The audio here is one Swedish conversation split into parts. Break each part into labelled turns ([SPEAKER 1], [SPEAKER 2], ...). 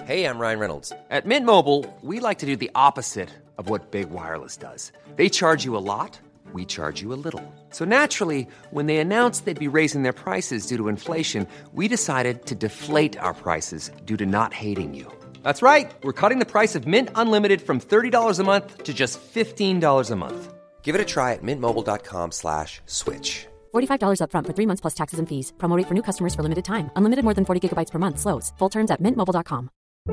[SPEAKER 1] Hey, I'm Ryan Reynolds. At Mint Mobile, we like to do the opposite of what Big Wireless does. They charge you a lot, we charge you a little. So naturally, when they announced they'd be raising their prices due to inflation, we decided to deflate our prices due to not hating you. That's right. We're cutting the price of Mint Unlimited from $30 a month to just $15 a month. Give it a try at mintmobile.com/switch.
[SPEAKER 2] $45 up front for 3 months plus taxes and fees. Promo rate for new customers for limited time. Unlimited more than 40 gigabytes per month. Slows full terms at mintmobile.com.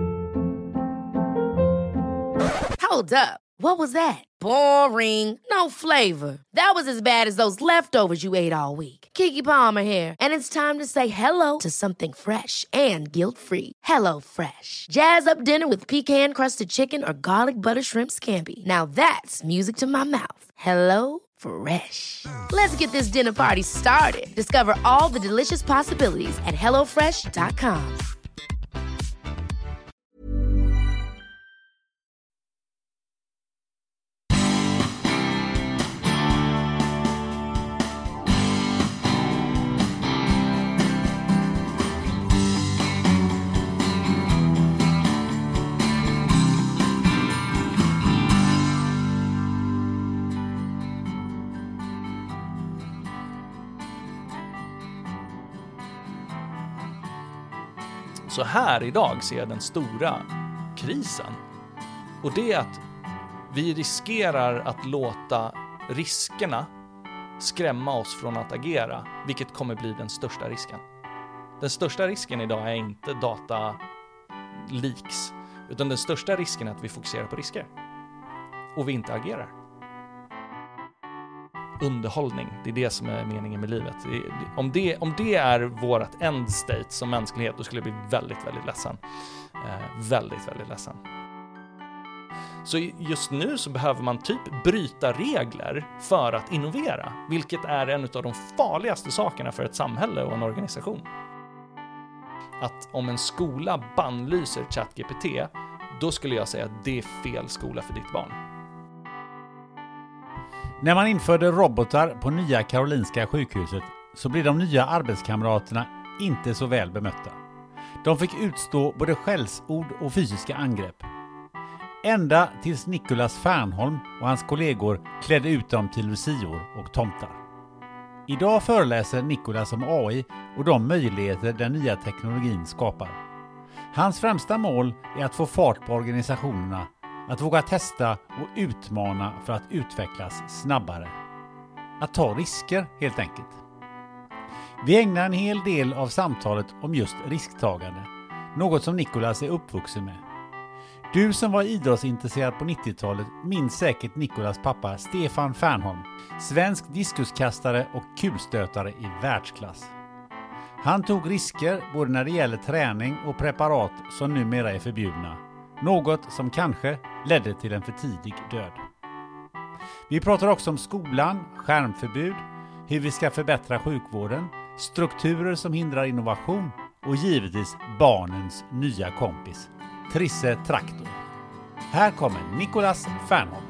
[SPEAKER 3] Hold up. What was that? Boring. No flavor. That was as bad as those leftovers you ate all week. Keke Palmer here, and it's time to say hello to something fresh and guilt-free. Hello Fresh. Jazz up dinner with pecan-crusted chicken or garlic butter shrimp scampi. Now that's music to my mouth. Hello Fresh. Let's get this dinner party started. Discover all the delicious possibilities at hellofresh.com.
[SPEAKER 4] Så här idag ser jag den stora krisen. Och det är att vi riskerar att låta riskerna skrämma oss från att agera, vilket kommer bli den största risken. Den största risken idag är inte data leaks, utan den största risken är att vi fokuserar på risker och vi inte agerar. Underhållning, det är det som är meningen med livet. Om det är vårt end state som mänsklighet, då skulle jag bli väldigt, väldigt ledsen. Väldigt, väldigt ledsen. Så just nu så behöver man typ bryta regler för att innovera, vilket är en av de farligaste sakerna för ett samhälle och en organisation. Att om en skola bannlyser ChatGPT, då skulle jag säga att det är fel skola för ditt barn.
[SPEAKER 5] När man införde robotar på Nya Karolinska sjukhuset så blev de nya arbetskamraterna inte så väl bemötta. De fick utstå både skällsord och fysiska angrepp. Ända tills Nicholas Fernholm och hans kollegor klädde ut dem till lucior och tomtar. Idag föreläser Nicholas om AI och de möjligheter den nya teknologin skapar. Hans främsta mål är att få fart på organisationerna, att våga testa och utmana för att utvecklas snabbare. Att ta risker helt enkelt. Vi ägnar en hel del av samtalet om just risktagande. Något som Nicholas är uppvuxen med. Du som var idrottsintresserad på 90-talet minns säkert Nicholas pappa Stefan Fernholm. Svensk diskuskastare och kulstötare i världsklass. Han tog risker både när det gäller träning och preparat som numera är förbjudna. Något som kanske ledde till en för tidig död. Vi pratar också om skolan, skärmförbud, hur vi ska förbättra sjukvården, strukturer som hindrar innovation och givetvis barnens nya kompis, Trisse Traktor. Här kommer Nicholas Fernholm.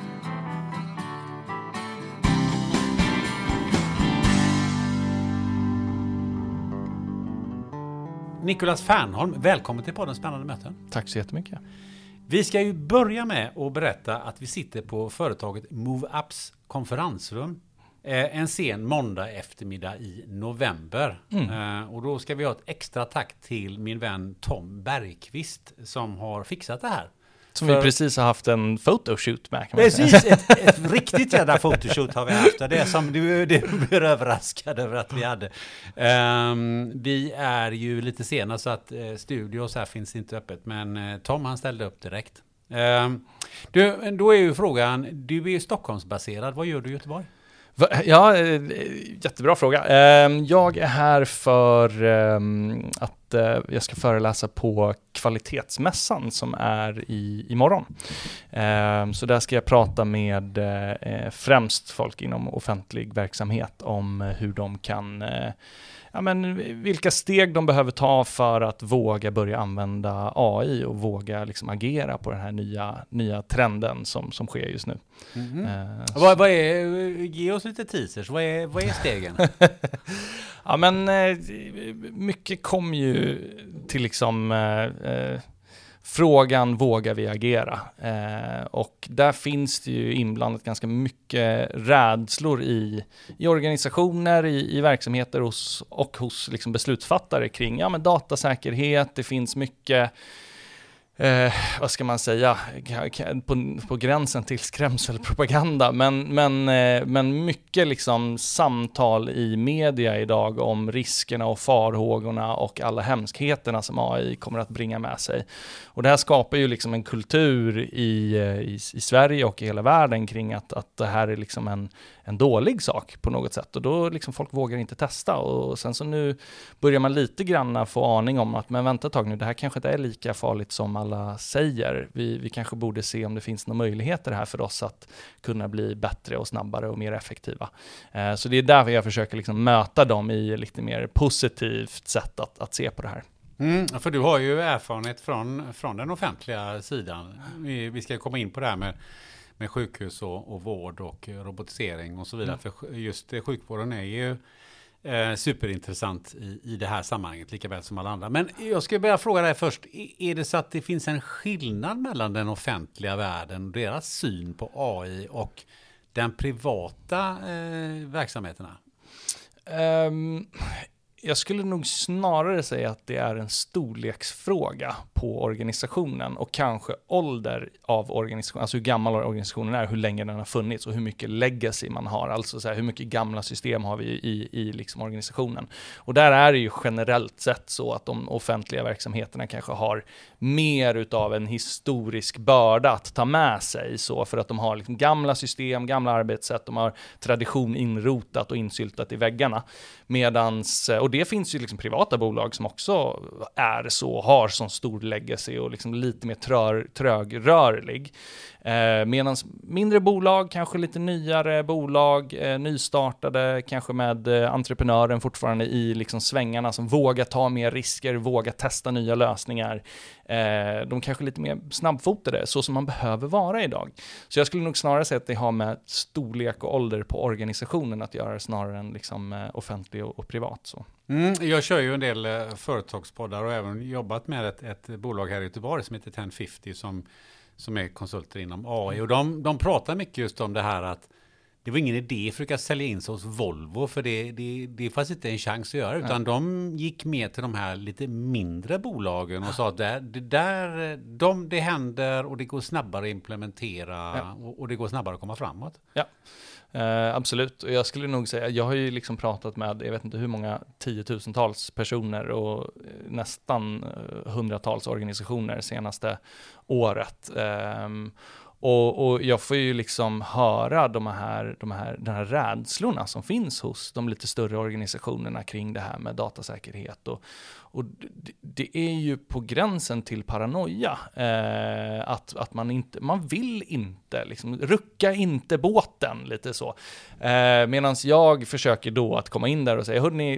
[SPEAKER 5] Nicholas Fernholm, välkommen till podden Spännande möten.
[SPEAKER 4] Tack så jättemycket.
[SPEAKER 5] Vi ska ju börja med att berätta att vi sitter på företaget MoveUps konferensrum en sen måndag eftermiddag i november. Och då ska vi ha ett extra tack till min vän Tom Bergqvist som har fixat det här.
[SPEAKER 4] Som vi precis har haft en photoshoot med. Kan man
[SPEAKER 5] precis,
[SPEAKER 4] säga.
[SPEAKER 5] ett riktigt jävla photoshoot har vi haft. Det är som du blir överraskad över att vi hade. Vi är ju lite sena så att studios här finns inte öppet. Men Tom han ställde upp direkt. Då är ju frågan, du är ju Stockholmsbaserad. Vad gör du i Göteborg?
[SPEAKER 4] Ja, jättebra fråga. Jag är här för att jag ska föreläsa på kvalitetsmässan som är imorgon. Så där ska jag prata med främst folk inom offentlig verksamhet om hur de kan, vilka steg de behöver ta för att våga börja använda AI och våga liksom agera på den här nya trenden som sker just nu.
[SPEAKER 5] Ge oss lite teasers. Vad är stegen?
[SPEAKER 4] Ja, men mycket kommer ju till liksom frågan, vågar vi agera? Och där finns det ju inblandat ganska mycket rädslor i organisationer, i verksamheter hos liksom beslutsfattare kring datasäkerhet. Det finns mycket vad ska man säga, på gränsen till skrämselpropaganda, men mycket liksom samtal i media idag om riskerna och farhågorna och alla hemskheterna som AI kommer att bringa med sig. Och det här skapar ju liksom en kultur i Sverige och i hela världen kring att det här är liksom en dålig sak på något sätt, och då liksom folk vågar inte testa. Och sen så nu börjar man lite grann få aning om att men vänta ett tag nu, det här kanske inte är lika farligt som alla säger. Vi kanske borde se om det finns några möjligheter här för oss att kunna bli bättre och snabbare och mer effektiva. Så det är därför jag försöker liksom möta dem i lite mer positivt sätt att se på det här.
[SPEAKER 5] För du har ju erfarenhet från den offentliga sidan. Vi ska komma in på det här med sjukhus och vård och robotisering och så vidare. För just sjukvården är ju superintressant i det här sammanhanget, lika väl som alla andra. Men jag ska börja fråga dig först. Är det så att det finns en skillnad mellan den offentliga världen och deras syn på AI och den privata verksamheterna?
[SPEAKER 4] Jag skulle nog snarare säga att det är en storleksfråga på organisationen och kanske ålder av organisationen, alltså hur gammal organisationen är, hur länge den har funnits och hur mycket legacy man har, alltså så här, hur mycket gamla system har vi i liksom organisationen. Och där är det ju generellt sett så att de offentliga verksamheterna kanske har mer utav en historisk börda att ta med sig, så för att de har liksom gamla system, gamla arbetssätt, de har tradition inrotat och insyltat i väggarna. Och det finns ju liksom privata bolag som också har sån stor legacy och liksom lite mer trögrörlig. Medan mindre bolag, kanske lite nyare bolag, nystartade, kanske med entreprenören fortfarande i liksom svängarna, som vågar ta mer risker, vågar testa nya lösningar. De kanske lite mer snabbfotade, så som man behöver vara idag. Så jag skulle nog snarare säga att det har med storlek och ålder på organisationen att göra, snarare än liksom offentlig och privat. Så.
[SPEAKER 5] Jag kör ju en del företagspoddar och även jobbat med ett bolag här i Göteborg som heter 1050 som är konsulter inom AI. Och de pratar mycket just om det här att det var ingen idé att försöka sälja in sig hos Volvo, för det fanns inte en chans att göra, utan de gick med till de här lite mindre bolagen och sa att det händer och det går snabbare att implementera och det går snabbare att komma framåt. Ja.
[SPEAKER 4] Absolut, och jag skulle nog säga, jag har ju liksom pratat med, jag vet inte hur många, 10,000-tals personer och nästan 100-tals organisationer senaste året. Och jag får ju liksom höra den här rädslorna som finns hos de lite större organisationerna kring det här med datasäkerhet. Och det är ju på gränsen till paranoia, att man vill inte liksom, rucka inte båten lite så. Medan jag försöker då att komma in där och säga, hörrni,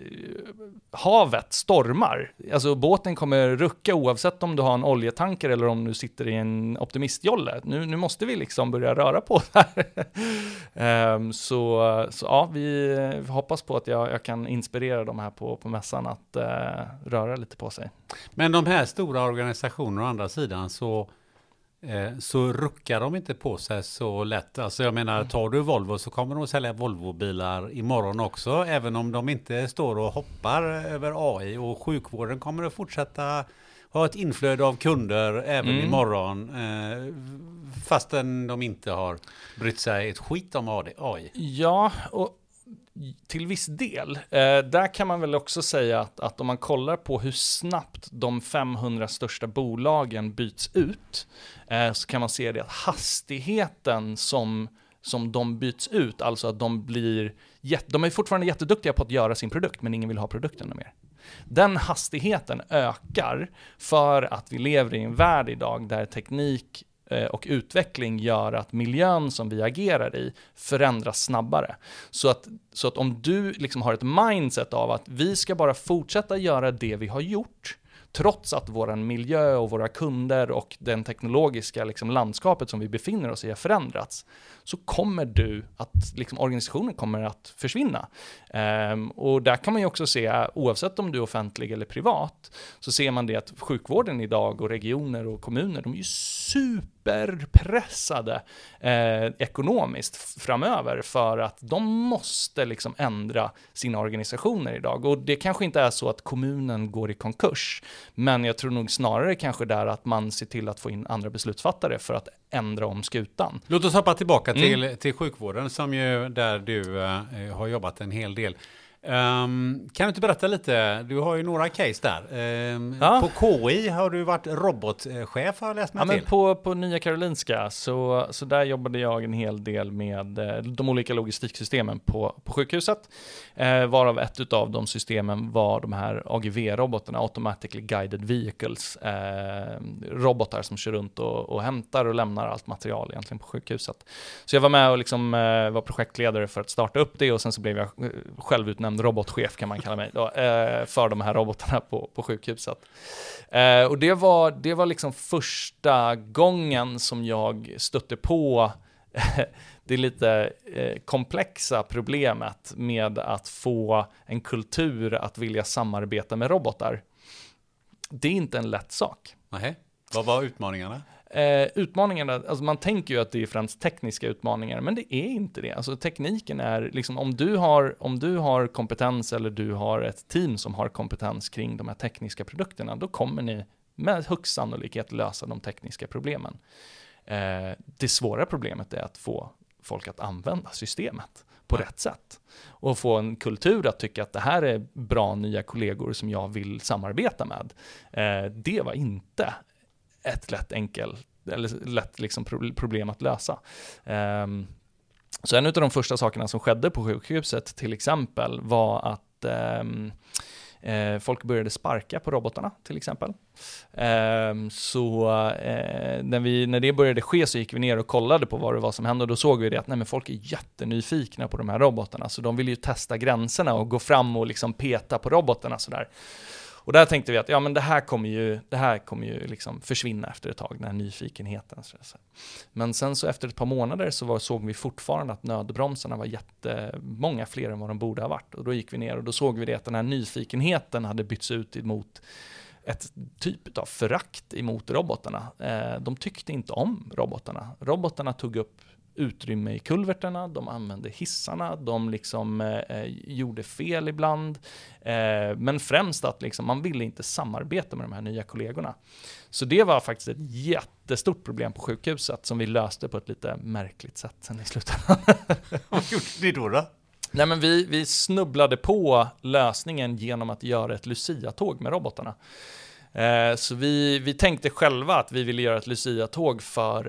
[SPEAKER 4] havet stormar. Alltså båten kommer rucka oavsett om du har en oljetanker eller om du sitter i en optimistjolle. Nu måste vi liksom börja röra på det här. Så ja, vi hoppas på att jag kan inspirera de här på mässan att röra lite på sig.
[SPEAKER 5] Men de här stora organisationerna å andra sidan så ruckar de inte på sig så lätt. Alltså jag menar, tar du Volvo så kommer de att sälja Volvo-bilar imorgon också, även om de inte står och hoppar över AI, och sjukvården kommer att fortsätta ha ett inflöde av kunder även imorgon, fastän de inte har brytt sig ett skit om AI.
[SPEAKER 4] Ja, och till viss del. Där kan man väl också säga att om man kollar på hur snabbt de 500 största bolagen byts ut, så kan man se det att hastigheten som de byts ut, alltså att de är fortfarande jätteduktiga på att göra sin produkt, men ingen vill ha produkten mer. Den hastigheten ökar för att vi lever i en värld idag där teknik och utveckling gör att miljön som vi agerar i förändras snabbare. Så att om du liksom har ett mindset av att vi ska bara fortsätta göra det vi har gjort, trots att vår miljö och våra kunder och den teknologiska liksom landskapet som vi befinner oss i har förändrats, så kommer organisationen kommer att försvinna. Och där kan man ju också se, oavsett om du är offentlig eller privat, så ser man det att sjukvården idag och regioner och kommuner, de är ju superpressade ekonomiskt framöver, för att de måste liksom ändra sina organisationer idag. Och det kanske inte är så att kommunen går i konkurs, men jag tror nog snarare kanske där att man ser till att få in andra beslutsfattare för att ändra om skutan.
[SPEAKER 5] Låt oss hoppa tillbaka till sjukvården, som ju där du har jobbat en hel del. Kan du inte berätta lite? Du har ju några case där. På KI har du varit robotchef, har jag läst mig till.
[SPEAKER 4] Men på Nya Karolinska så där jobbade jag en hel del med de olika logistiksystemen på sjukhuset. Varav ett av de systemen var de här AGV-robotarna, Automatically Guided Vehicles. Robotar som kör runt och hämtar och lämnar allt material egentligen på sjukhuset. Så jag var med och liksom, var projektledare för att starta upp det, och sen så blev jag självutnämnd robotchef, kan man kalla mig då, för de här robotarna på sjukhuset. Och det var liksom första gången som jag stötte på det lite komplexa problemet med att få en kultur att vilja samarbeta med robotar. Det är inte en lätt sak.
[SPEAKER 5] Nej. Vad var utmaningarna?
[SPEAKER 4] Utmaningarna, alltså man tänker ju att det är främst tekniska utmaningar, men det är inte det. Alltså tekniken är liksom, om du har kompetens, eller du har ett team som har kompetens kring de här tekniska produkterna, då kommer ni med högst sannolikhet lösa de tekniska problemen. Det svåra problemet är att få folk att använda systemet på rätt sätt, och få en kultur att tycka att det här är bra nya kollegor som jag vill samarbeta med. Det var inte ett lätt liksom problem att lösa. Så en av de första sakerna som skedde på sjukhuset till exempel var att folk började sparka på robotarna till exempel. Så när det började ske så gick vi ner och kollade på vad det var som hände, och då såg vi det att men folk är jättenyfikna på de här robotarna, så de vill ju testa gränserna och gå fram och liksom peta på robotarna sådär. Och där tänkte vi att men det här kommer ju liksom försvinna efter ett tag, den här nyfikenheten. Men sen så efter ett par månader såg vi fortfarande att nödbromsarna var jättemånga fler än vad de borde ha varit. Och då gick vi ner och då såg vi det att den här nyfikenheten hade bytts ut emot ett typ av förakt emot robotarna. De tyckte inte om robotarna. Robotarna tog upp utrymme i kulverterna, de använde hissarna, de liksom gjorde fel ibland, men främst att liksom, man ville inte samarbeta med de här nya kollegorna. Så det var faktiskt ett jättestort problem på sjukhuset som vi löste på ett lite märkligt sätt sen i slutändan.
[SPEAKER 5] Vad gjorde ni då?
[SPEAKER 4] Nej, men vi snubblade på lösningen genom att göra ett Lucia-tåg med robotarna. Så vi tänkte själva att vi ville göra ett Lucia-tåg för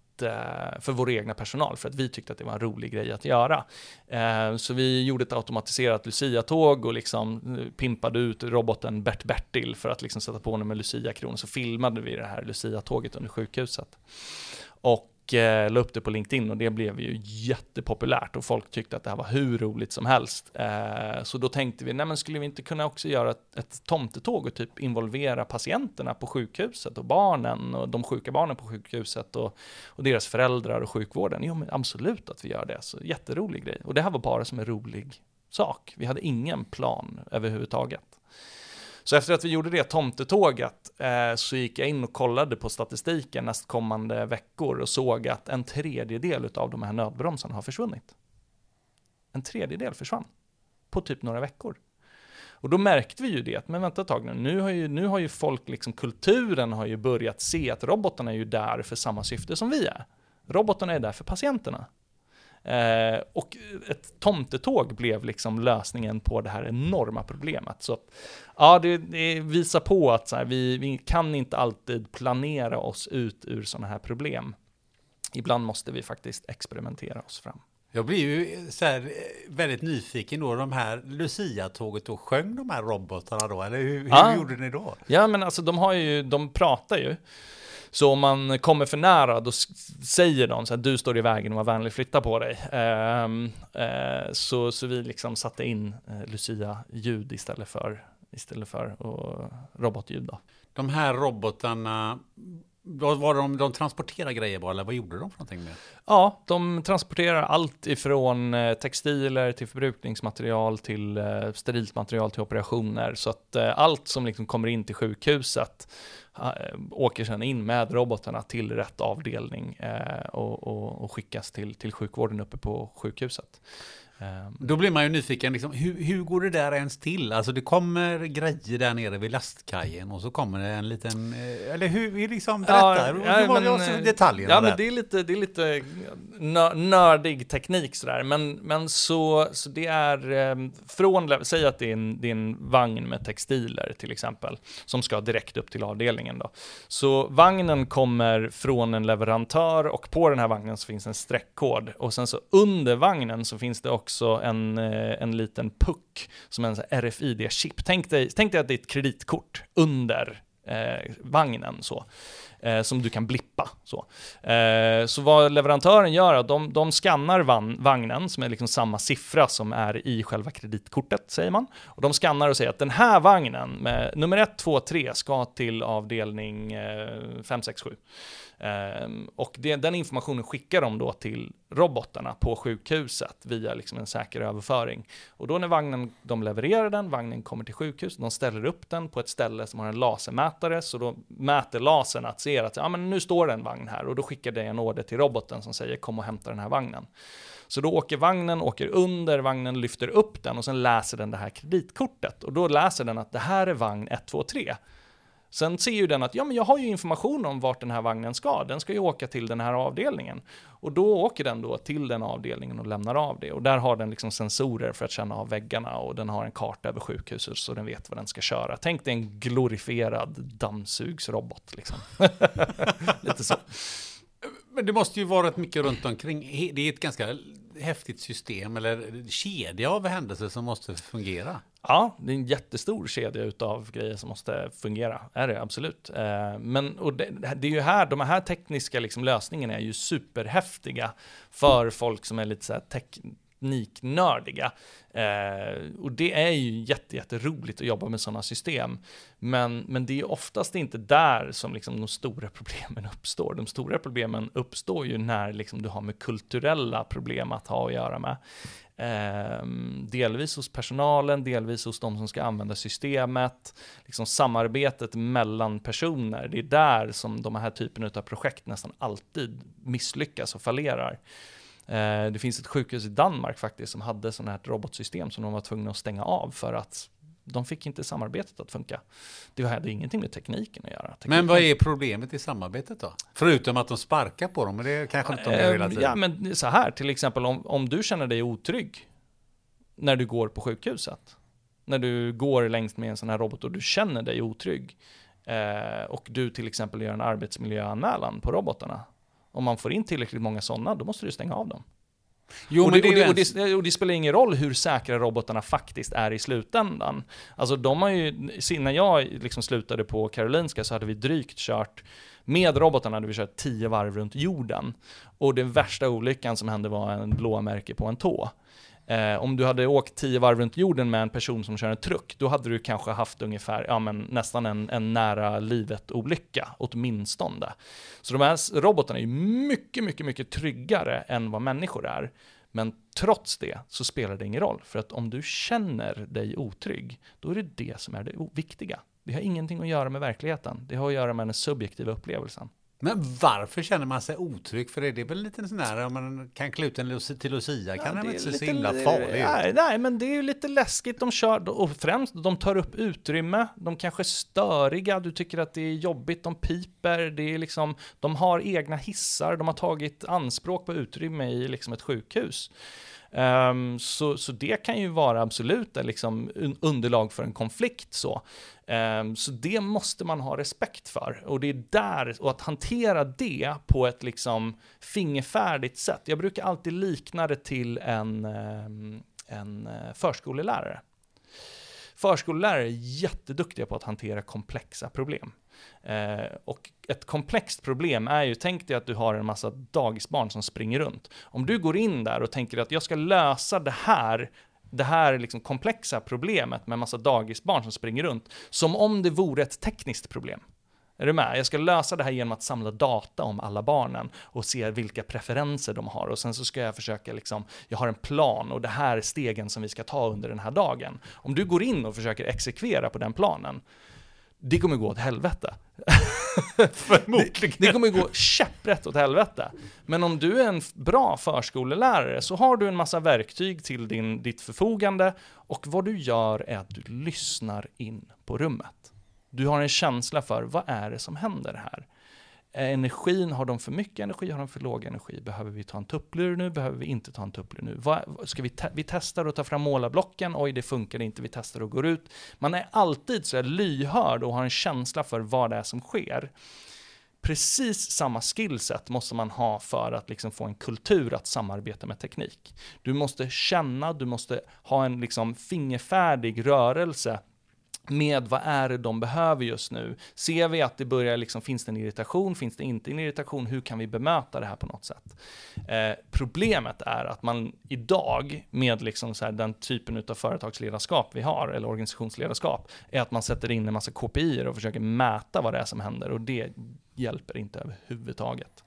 [SPEAKER 4] vår egna personal, för att vi tyckte att det var en rolig grej att göra. Så vi gjorde ett automatiserat Lucia-tåg och liksom pimpade ut roboten Bertil för att liksom sätta på honom med Lucia-kron. Så filmade vi det här Lucia-tåget under sjukhuset. Och la upp det på LinkedIn, och det blev ju jättepopulärt och folk tyckte att det här var hur roligt som helst. Så då tänkte vi, nej men skulle vi inte kunna också göra ett tomtetåg och typ involvera patienterna på sjukhuset och barnen och de sjuka barnen på sjukhuset och deras föräldrar och sjukvården. Jo men absolut att vi gör det, så jätterolig grej. Och det här var bara som en rolig sak. Vi hade ingen plan överhuvudtaget. Så efter att vi gjorde det tomtetåget så gick jag in och kollade på statistiken nästkommande veckor och såg att 1/3 av de här nödbromsarna har försvunnit. 1/3 försvann på typ några veckor. Och då märkte vi ju det, att men vänta ett tag nu har ju folk, liksom kulturen har ju börjat se att robotarna är ju där för samma syfte som vi är. Robotarna är där för patienterna. Och ett tomtetåg blev liksom lösningen på det här enorma problemet. Så att, ja, det visar på att så här, vi kan inte alltid planera oss ut ur sådana här problem. Ibland måste vi faktiskt experimentera oss fram.
[SPEAKER 5] Jag blir ju så här väldigt nyfiken då, de här Lucia-tåget, då sjöng de här robotarna då, eller hur gjorde ni då? Ja,
[SPEAKER 4] men alltså de pratar ju. Så om man kommer för nära, då säger de så att du står i vägen och var vänlig, flytta på dig. Så vi liksom satte in Lucia-ljud istället för istället för robotljud då.
[SPEAKER 5] De här robotarna, vad var de transporterar grejer på, eller vad gjorde de för någonting med?
[SPEAKER 4] Ja, de transporterar allt ifrån textiler till förbrukningsmaterial till sterilt material till operationer. Så att allt som liksom kommer in till sjukhuset åker sedan in med robotarna till rätt avdelning och skickas till sjukvården uppe på sjukhuset.
[SPEAKER 5] Då blir man ju nyfiken, liksom, hur går det där ens till? Alltså det kommer grejer där nere vid lastkajen och så kommer det en liten, eller hur liksom, berätta, detaljerna
[SPEAKER 4] ja,
[SPEAKER 5] där.
[SPEAKER 4] men det är lite nördig teknik sådär, men så det är säg att det är en vagn med textiler till exempel, som ska direkt upp till avdelningen då. Så vagnen kommer från en leverantör och på den här vagnen så finns en streckkod och sen så under vagnen så finns det också en liten puck som en RFID-chip. Tänk dig att det är ett kreditkort under vagnen så. Som du kan blippa. Så vad leverantören gör är att de skannar vagnen som är liksom samma siffra som är i själva kreditkortet, säger man. Och de skannar och säger att den här vagnen med nummer 1, 2, 3 ska till avdelning 5, 6, 7. Och den informationen skickar de då till robotarna på sjukhuset via liksom en säker överföring. Och då när de levererar den, vagnen kommer till sjukhus, de ställer upp den på ett ställe som har en lasermätare, så då mäter lasern att se att men nu står det en vagn här, och då skickar det en order till roboten som säger kom och hämta den här vagnen. Så då åker vagnen lyfter upp den och sen läser den det här kreditkortet, och då läser den att det här är vagn 1, 2, 3. Sen ser ju den att men jag har ju information om vart den här vagnen ska. Den ska ju åka till den här avdelningen. Och då åker den då till den avdelningen och lämnar av det. Och där har den liksom sensorer för att känna av väggarna. Och den har en karta över sjukhuset så den vet vad den ska köra. Tänk dig en glorifierad dammsugsrobot liksom. Lite så.
[SPEAKER 5] Men det måste ju vara rätt mycket runt omkring. Det är ett ganska häftigt system eller kedja av händelser som måste fungera.
[SPEAKER 4] Ja, det är en jättestor kedja utav grejer som måste fungera. Är det absolut. Det är ju här, de här tekniska liksom lösningarna är ju superhäftiga för folk som är lite så här tekniknördiga. Och det är ju jätteroligt att jobba med sådana system. Men det är ju oftast inte där som liksom de stora problemen uppstår. De stora problemen uppstår ju när liksom du har med kulturella problem att ha att göra med. Delvis hos personalen, delvis hos de som ska använda systemet, liksom samarbetet mellan personer. Det är där som de här typen av projekt nästan alltid misslyckas och fallerar. Det finns ett sjukhus i Danmark faktiskt som hade sådana här robotsystem som de var tvungna att stänga av för att de fick inte samarbetet att funka. Det hade ingenting med tekniken att göra.
[SPEAKER 5] Men vad är problemet i samarbetet då? Förutom att de sparkar på dem, men det kanske inte de gör hela tiden.
[SPEAKER 4] Ja, men så här, till exempel om du känner dig otrygg när du går på sjukhuset. När du går längs med en sån här robot och du känner dig otrygg. Och du till exempel gör en arbetsmiljöanmälan på robotarna. Om man får in tillräckligt många sådana, då måste du stänga av dem. Och det spelar ingen roll hur säkra robotarna faktiskt är i slutändan. Alltså de har ju, när jag liksom slutade på Karolinska så hade vi drygt kört, med robotarna hade vi kört 10 varv runt jorden. Och den värsta olyckan som hände var en blåmärke på en tå. Om du hade åkt 10 varv runt jorden med en person som kör en truck, då hade du kanske haft ungefär, nästan en nära livet olycka, åtminstone. Så de här robotarna är ju mycket, mycket, mycket tryggare än vad människor är. Men trots det så spelar det ingen roll. För att om du känner dig otrygg, då är det det som är det viktiga. Det har ingenting att göra med verkligheten. Det har att göra med den subjektiva upplevelsen.
[SPEAKER 5] Men varför känner man sig otrygg? För det är väl lite sån här, om man kan klä ut en till Lucia, kan det inte se så himla farligt.
[SPEAKER 4] Nej, men det är ju lite läskigt. De kör, och främst, de tar upp utrymme. De kanske är störiga. Du tycker att det är jobbigt. De piper. Det är liksom, de har egna hissar. De har tagit anspråk på utrymme i liksom ett sjukhus. Så det kan ju vara absolut liksom underlag för en konflikt så det måste man ha respekt för, och det är där, och att hantera det på ett liksom fingerfärdigt sätt. Jag brukar alltid likna det till en förskolelärare. Förskolelärare är jätteduktiga på att hantera komplexa problem. Och ett komplext problem är ju, tänk dig att du har en massa dagisbarn som springer runt. Om du går in där och tänker att jag ska lösa det här det här liksom komplexa problemet med en massa dagisbarn som springer runt som om det vore ett tekniskt problem. Är du med? Jag ska lösa det här genom att samla data om alla barnen och se vilka preferenser de har. Och sen så ska jag försöka jag har en plan och det här är stegen som vi ska ta under den här dagen. Om du går in och försöker exekvera på den planen, det kommer gå åt helvete. Det kommer gå käpprätt åt helvete. Men om du är en bra förskolelärare så har du en massa verktyg till ditt förfogande, och vad du gör är att du lyssnar in på rummet. Du har en känsla för vad är det som händer här. Energin, har de för mycket energi, har de för låg energi? Behöver vi ta en tupplur nu? Behöver vi inte ta en tupplur nu? Ska vi testar att ta fram målarblocken? Oj, det funkar inte. Vi testar och går ut. Man är alltid så lyhörd och har en känsla för vad det är som sker. Precis samma skillset måste man ha för att få en kultur att samarbeta med teknik. Du måste känna, du måste ha en fingerfärdig rörelse med vad är det de behöver just nu. Ser vi att det börjar, finns det en irritation, finns det inte en irritation, hur kan vi bemöta det här på något sätt? Problemet är att man idag med den typen av företagsledarskap vi har, eller organisationsledarskap, är att man sätter in en massa KPI:er och försöker mäta vad det är som händer, och det hjälper inte överhuvudtaget.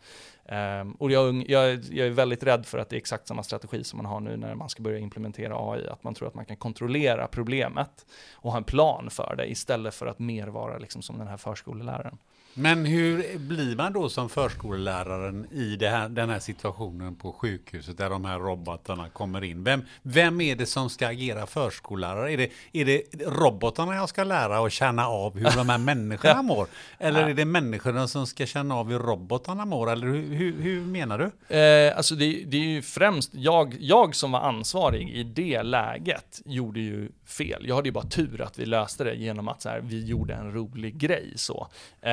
[SPEAKER 4] Och jag är väldigt rädd för att det är exakt samma strategi som man har nu när man ska börja implementera AI, att man tror att man kan kontrollera problemet och ha en plan för det istället för att mer vara som den här förskoleläraren.
[SPEAKER 5] Men hur blir man då som förskoleläraren i den här situationen på sjukhuset där de här robotarna kommer in? Vem är det som ska agera förskollärare? Är det robotarna jag ska lära och känna av hur de här människorna mår? Eller är det människorna som ska känna av hur robotarna mår? Eller hur menar du?
[SPEAKER 4] Alltså det är ju främst jag som var ansvarig i det läget gjorde ju fel. Jag hade ju bara tur att vi löste det genom att vi gjorde en rolig grej så.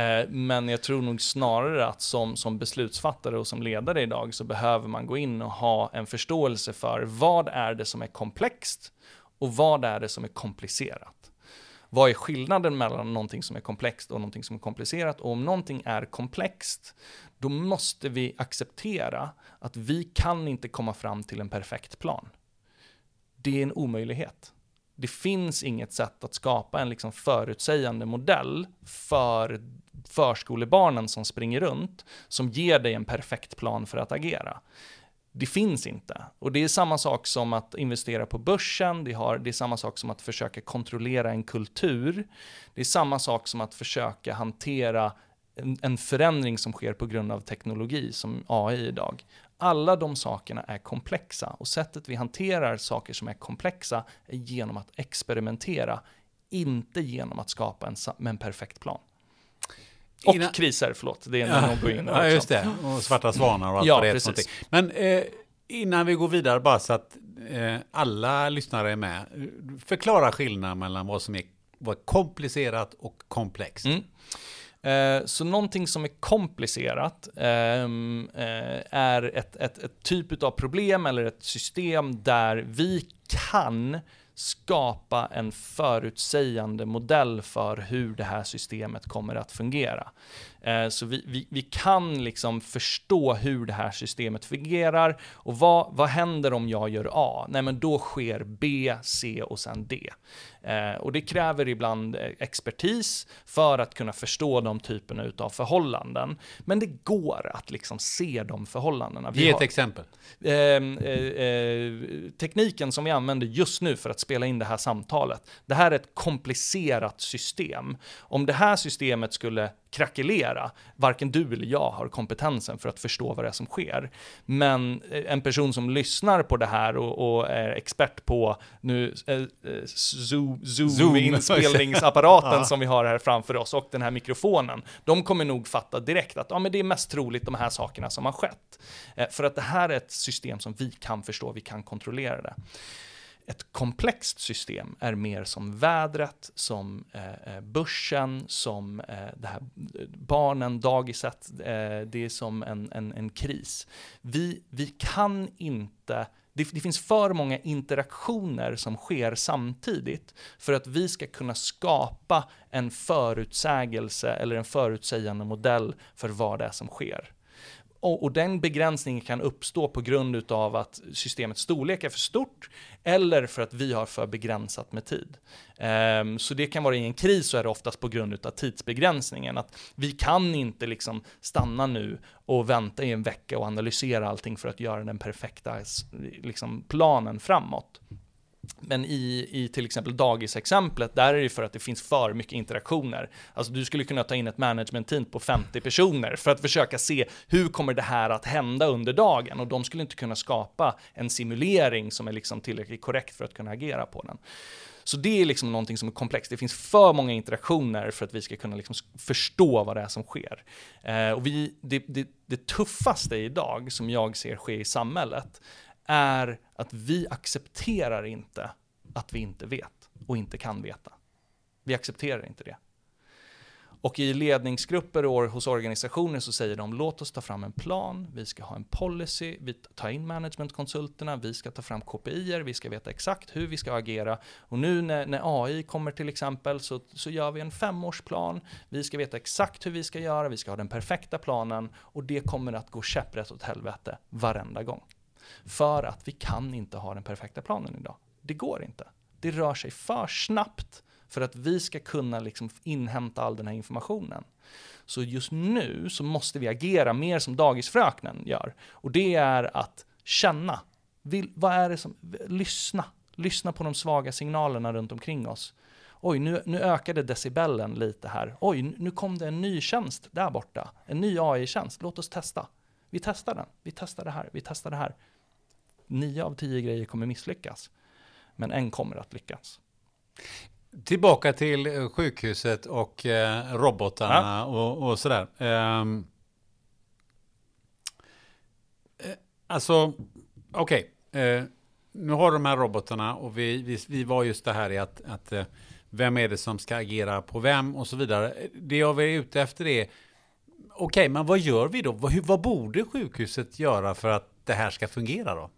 [SPEAKER 4] Men jag tror nog snarare att som beslutsfattare och som ledare idag så behöver man gå in och ha en förståelse för vad är det som är komplext och vad är det som är komplicerat. Vad är skillnaden mellan någonting som är komplext och någonting som är komplicerat? Och om någonting är komplext, då måste vi acceptera att vi kan inte komma fram till en perfekt plan. Det är en omöjlighet. Det finns inget sätt att skapa en förutsägande modell för förskolebarnen som springer runt som ger dig en perfekt plan för att agera. Det finns inte. Och det är samma sak som att investera på börsen. Det är samma sak som att försöka kontrollera en kultur. Det är samma sak som att försöka hantera en förändring som sker på grund av teknologi som AI idag. Alla de sakerna är komplexa, och sättet vi hanterar saker som är komplexa är genom att experimentera, inte genom att skapa en perfekt plan. Och kriser, förlåt. Det är nog gå in
[SPEAKER 5] ja, just det. Och svarta svanar och allt vad det är. Precis. Men innan vi går vidare, bara så att alla lyssnare är med, förklara skillnaden mellan vad är komplicerat och komplext.
[SPEAKER 4] Så någonting som är komplicerat är ett typ av problem eller ett system där vi kan skapa en förutsägande modell för hur det här systemet kommer att fungera. Så vi kan förstå hur det här systemet fungerar, och vad händer om jag gör A? Nej, men då sker B, C och sen D. Och det kräver ibland expertis för att kunna förstå de typerna av förhållanden. Men det går att se de förhållandena.
[SPEAKER 5] Ge ett exempel.
[SPEAKER 4] Tekniken som vi använder just nu för att spela in det här samtalet. Det här är ett komplicerat system. Om det här systemet skulle krackelera, varken du eller jag har kompetensen för att förstå vad det är som sker. Men en person som lyssnar på det här och är expert på Zoom-inspelningsapparaten som vi har här framför oss och den här mikrofonen, de kommer nog fatta direkt att men det är mest troligt de här sakerna som har skett. För att det här är ett system som vi kan förstå, vi kan kontrollera det. Ett komplext system är mer som vädret, som börsen, som det här barnen, dagiset. Det är som en kris. Vi kan inte... Det finns för många interaktioner som sker samtidigt för att vi ska kunna skapa en förutsägelse eller en förutsägande modell för vad det är som sker. Och den begränsningen kan uppstå på grund utav att systemets storlek är för stort eller för att vi har för begränsat med tid. Så det kan vara i en kris, så är det oftast på grund utav tidsbegränsningen. Att vi kan inte liksom stanna nu och vänta i en vecka och analysera allting för att göra den perfekta liksom planen framåt. Men i till exempel dagisexemplet, där är det för att det finns för mycket interaktioner. Alltså du skulle kunna ta in ett managementteam på 50 personer för att försöka se hur kommer det här att hända under dagen, och de skulle inte kunna skapa en simulering som är liksom tillräckligt korrekt för att kunna agera på den. Så det är liksom någonting som är komplext. Det finns för många interaktioner för att vi ska kunna liksom förstå vad det är som sker. Och det tuffaste idag som jag ser ske i samhället är att vi accepterar inte att vi inte vet och inte kan veta. Vi accepterar inte det. Och i ledningsgrupper och hos organisationer så säger de: låt oss ta fram en plan, vi ska ha en policy, vi tar in managementkonsulterna, vi ska ta fram KPI:er, vi ska veta exakt hur vi ska agera. Och nu när AI kommer till exempel så gör vi en 5-årsplan, vi ska veta exakt hur vi ska göra, vi ska ha den perfekta planen, och det kommer att gå käpprätt åt helvete varenda gång. För att vi kan inte ha den perfekta planen idag. Det går inte. Det rör sig för snabbt för att vi ska kunna liksom inhämta all den här informationen. Så just nu så måste vi agera mer som dagisfröknen gör. Och det är att känna. Vad är det som... Lyssna på de svaga signalerna runt omkring oss. Oj, nu ökade decibellen lite här. Oj, nu kom det en ny tjänst där borta. En ny AI-tjänst. Låt oss testa. Vi testar den. Vi testar det här. 9 av 10 grejer kommer misslyckas. Men en kommer att lyckas.
[SPEAKER 5] Tillbaka till sjukhuset och robotarna och sådär. Alltså, okej. Nu har de här robotarna, och vi var just det här i att vem är det som ska agera på vem och så vidare. Det jag är ute efter är, okej, men vad gör vi då? Vad borde sjukhuset göra för att det här ska fungera då?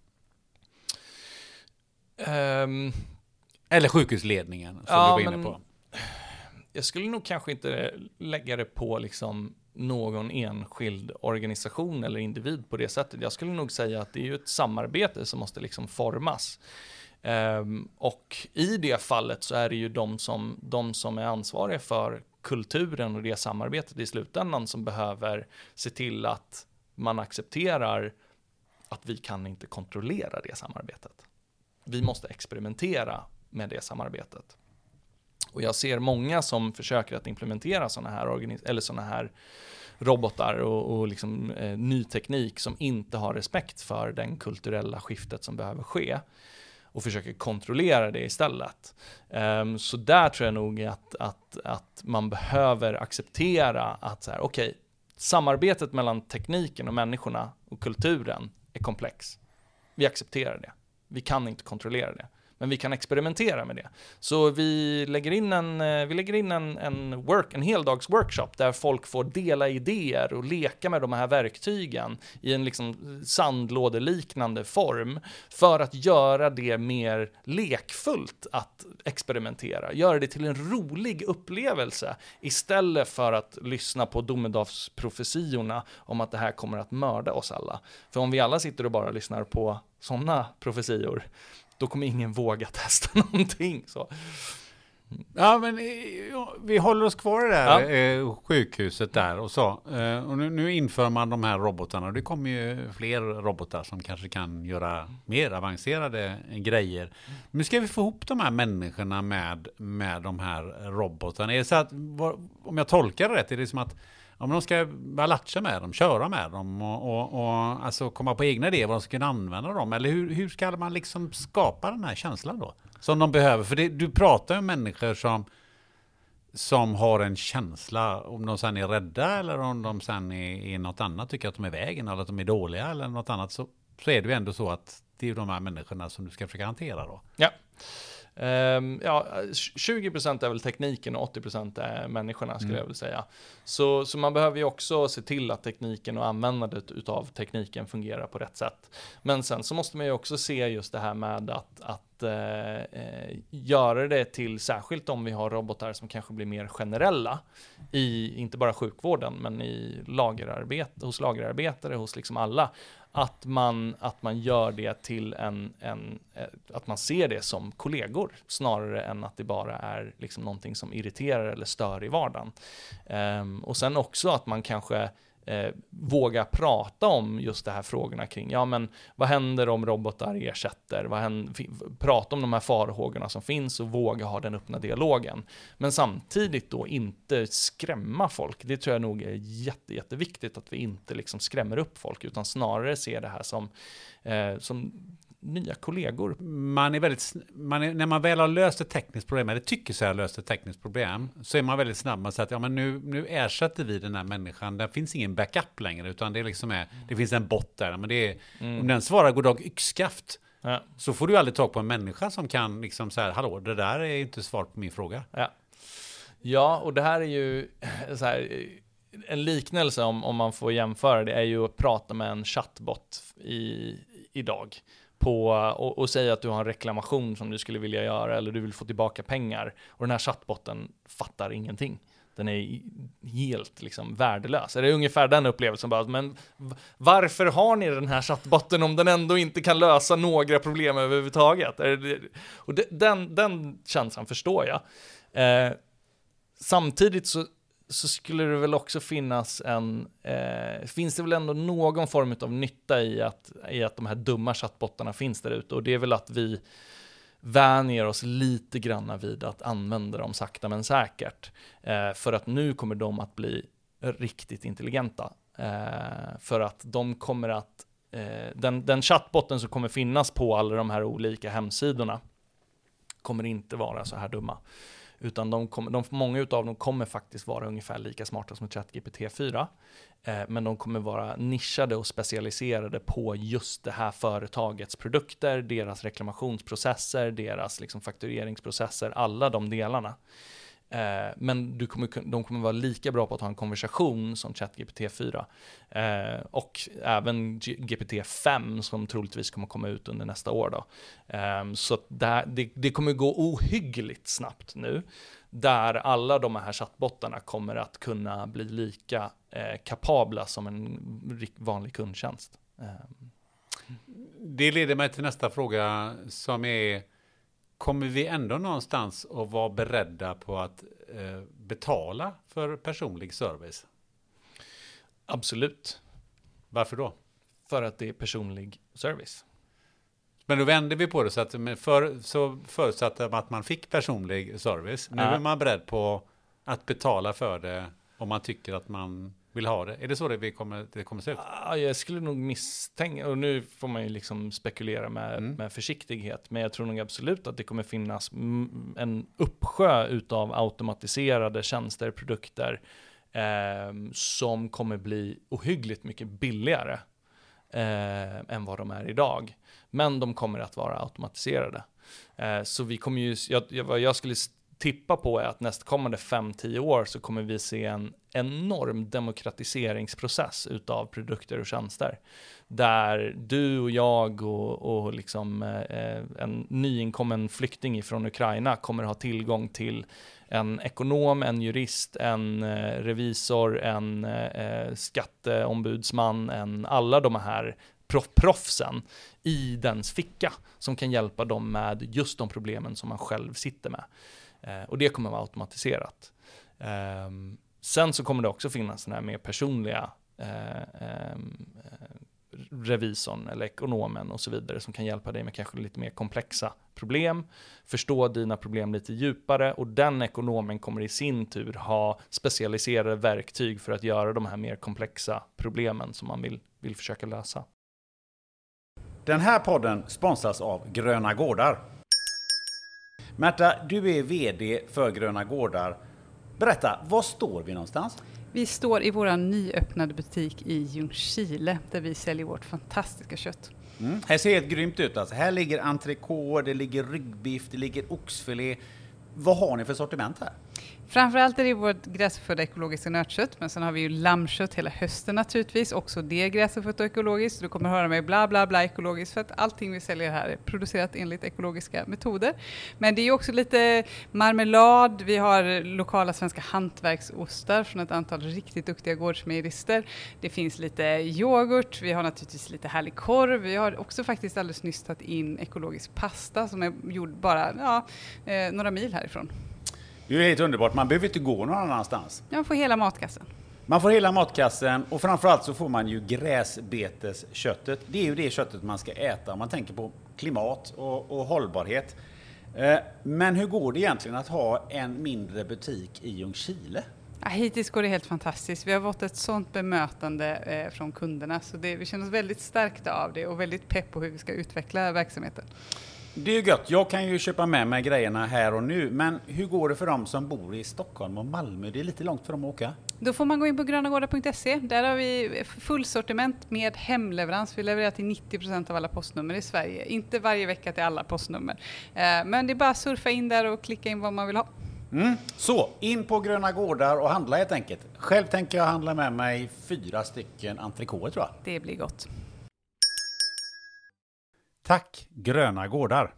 [SPEAKER 5] Eller sjukhusledningen som du var inne på.
[SPEAKER 4] Jag skulle nog kanske inte lägga det på liksom någon enskild organisation eller individ på det sättet. Jag skulle nog säga att det är ju ett samarbete som måste liksom formas. Och i det fallet så är det ju de som är ansvariga för kulturen och det samarbetet i slutändan som behöver se till att man accepterar att vi kan inte kontrollera det samarbetet. Vi måste experimentera med det samarbetet. Och jag ser många som försöker att implementera såna här robotar och liksom, ny teknik som inte har respekt för den kulturella skiftet som behöver ske och försöker kontrollera det istället. Så där tror jag nog att man behöver acceptera att så här, okej, samarbetet mellan tekniken och människorna och kulturen är komplex. Vi accepterar det. Vi kan inte kontrollera det. Men vi kan experimentera med det. Så vi lägger in en heldags workshop där folk får dela idéer och leka med de här verktygen i en liksom sandlådeliknande form för att göra det mer lekfullt att experimentera. Göra det till en rolig upplevelse istället för att lyssna på domedagsprofetiorna om att det här kommer att mörda oss alla. För om vi alla sitter och bara lyssnar på sådana profetior, då kommer ingen våga testa någonting. Så.
[SPEAKER 5] Ja, men vi håller oss kvar i det här sjukhuset där och så. Och nu inför man de här robotarna, och det kommer ju fler robotar som kanske kan göra mer avancerade grejer. Men ska vi få ihop de här människorna med de här robotarna? Är det så att, om jag tolkar det rätt, är det som att om de ska bara latcha med dem, köra med dem och alltså komma på egna idéer vad de ska kunna använda dem? Eller hur ska man liksom skapa den här känslan då? Som de behöver. För du pratar ju om människor som har en känsla, om de sen är rädda eller om de sen är något annat, tycker att de är vägen eller att de är dåliga eller något annat, så är det ju ändå så att det är de här människorna som du ska försöka hantera då.
[SPEAKER 4] Ja. 20% är väl tekniken och 80% är människorna, skulle jag vilja säga. Så man behöver ju också se till att tekniken och användandet utav tekniken fungerar på rätt sätt. Men sen så måste man ju också se just det här med att göra det till, särskilt om vi har robotar som kanske blir mer generella i inte bara sjukvården men i lagerarbete, hos lagerarbetare, hos liksom alla, att man gör det till att man ser det som kollegor snarare än att det bara är liksom någonting som irriterar eller stör i vardagen. Och sen också att man kanske våga prata om just de här frågorna kring, ja men vad händer om robotar ersätter, prata om de här farhågorna som finns och våga ha den öppna dialogen. Men samtidigt då inte skrämma folk. Det tror jag nog är jätteviktigt, att vi inte liksom skrämmer upp folk utan snarare ser det här som nya kollegor.
[SPEAKER 5] När man väl har löst ett tekniskt problem, eller tycker sig ha löst ett tekniskt problem, så är man väldigt snabb med att säga att ja, men nu ersätter vi den här människan. Det finns ingen backup längre, utan det liksom det finns en bot där. Men det är, om den svarar goddag yxskaft, så får du aldrig tag på en människa som kan liksom så här, hallå, det där är inte svar på min fråga.
[SPEAKER 4] Ja, och det här är ju så här, en liknelse om man får jämföra, det är ju att prata med en chatbot idag. Och säga att du har en reklamation som du skulle vilja göra eller du vill få tillbaka pengar, och den här chattbotten fattar ingenting. Den är helt liksom värdelös. Det är ungefär den upplevelsen bara, men varför har ni den här chattbotten om den ändå inte kan lösa några problem överhuvudtaget? Och den känslan förstår jag. Samtidigt så skulle det väl också finns det väl ändå någon form av nytta i att de här dumma chattbottarna finns där ute, och det är väl att vi vänjer oss lite granna vid att använda dem sakta men säkert, för att nu kommer de att bli riktigt intelligenta, för att de kommer att den chattbotten som kommer finnas på alla de här olika hemsidorna kommer inte vara så här dumma. Utan många av dem kommer faktiskt vara ungefär lika smarta som ChatGPT-4. Men de kommer vara nischade och specialiserade på just det här företagets produkter, deras reklamationsprocesser, deras liksom faktureringsprocesser, alla de delarna. Men de kommer vara lika bra på att ha en konversation som ChatGPT-4. Och även GPT-5 som troligtvis kommer komma ut under nästa år då. Så det kommer gå ohyggligt snabbt nu, där alla de här chattbottarna kommer att kunna bli lika kapabla som en vanlig kundtjänst.
[SPEAKER 5] Det leder mig till nästa fråga, som är: kommer vi ändå någonstans att vara beredda på att betala för personlig service?
[SPEAKER 4] Absolut.
[SPEAKER 5] Varför då?
[SPEAKER 4] För att det är personlig service.
[SPEAKER 5] Men då vänder vi på det, så att så förutsatte att man fick personlig service. Nu är man beredd på att betala för det om man tycker att man vill ha det. Är det så det kommer se ut?
[SPEAKER 4] Jag skulle nog misstänka, och nu får man ju liksom spekulera med försiktighet, men jag tror nog absolut att det kommer finnas en uppsjö utav automatiserade tjänster, produkter som kommer bli ohyggligt mycket billigare än vad de är idag. Men de kommer att vara automatiserade. Så vi kommer ju, vad jag skulle tippa på är att nästkommande 5-10 år så kommer vi se en enorm demokratiseringsprocess utav produkter och tjänster. Där du och jag och liksom en nyinkommen flykting från Ukraina kommer ha tillgång till en ekonom, en jurist, en revisor, en skatteombudsman, alla de här proffsen i dens ficka som kan hjälpa dem med just de problemen som man själv sitter med. Och det kommer vara automatiserat. Sen så kommer det också finnas den här mer personliga revisorn eller ekonomen och så vidare som kan hjälpa dig med kanske lite mer komplexa problem, förstå dina problem lite djupare, och den ekonomen kommer i sin tur ha specialiserade verktyg för att göra de här mer komplexa problemen som man vill försöka lösa.
[SPEAKER 5] Den här podden sponsras av Gröna Gårdar. Märta, du är vd för Gröna Gårdar. Berätta, var står vi någonstans?
[SPEAKER 6] Vi står i vår nyöppnade butik i Ljungskile där vi säljer vårt fantastiska kött.
[SPEAKER 5] Här ser helt grymt ut. Alltså, här ligger entrecote, det ligger ryggbiff, det ligger oxfilé. Vad har ni för sortiment här?
[SPEAKER 6] Framförallt är det vårt gräsuppfödda ekologiska nötkött, men sen har vi ju lammkött hela hösten naturligtvis, också det gräsuppfött och ekologiskt. Du kommer höra mig bla bla bla ekologiskt, för att allting vi säljer här är producerat enligt ekologiska metoder. Men det är ju också lite marmelad, vi har lokala svenska hantverksostar från ett antal riktigt duktiga gårdsmejerister. Det finns lite yoghurt, vi har naturligtvis lite härlig korv, vi har också faktiskt alldeles nyss tagit in ekologisk pasta som är gjord bara några mil härifrån.
[SPEAKER 5] Det är helt underbart, man behöver inte gå någon annanstans.
[SPEAKER 6] Jag får hela matkassen.
[SPEAKER 5] Man får hela matkassen och framförallt så får man ju gräsbetesköttet. Det är ju det köttet man ska äta om man tänker på klimat och hållbarhet. Men hur går det egentligen att ha en mindre butik i Ljungskile?
[SPEAKER 6] Ja, hittills går det helt fantastiskt. Vi har fått ett sånt bemötande från kunderna, så vi känner oss väldigt stärkta av det och väldigt pepp på hur vi ska utveckla verksamheten.
[SPEAKER 5] Det är ju gött. Jag kan ju köpa med mig grejerna här och nu. Men hur går det för dem som bor i Stockholm och Malmö? Det är lite långt för dem att åka.
[SPEAKER 6] Då får man gå in på grönagårdar.se. Där har vi full sortiment med hemleverans. Vi levererar till 90% av alla postnummer i Sverige. Inte varje vecka till alla postnummer. Men det är bara att surfa in där och klicka in vad man vill ha.
[SPEAKER 5] Så, in på Gröna Gårdar och handla helt enkelt. Själv tänker jag handla med mig 4 stycken entrecôter, tror jag.
[SPEAKER 6] Det blir gott.
[SPEAKER 5] Tack, Gröna Gårdar.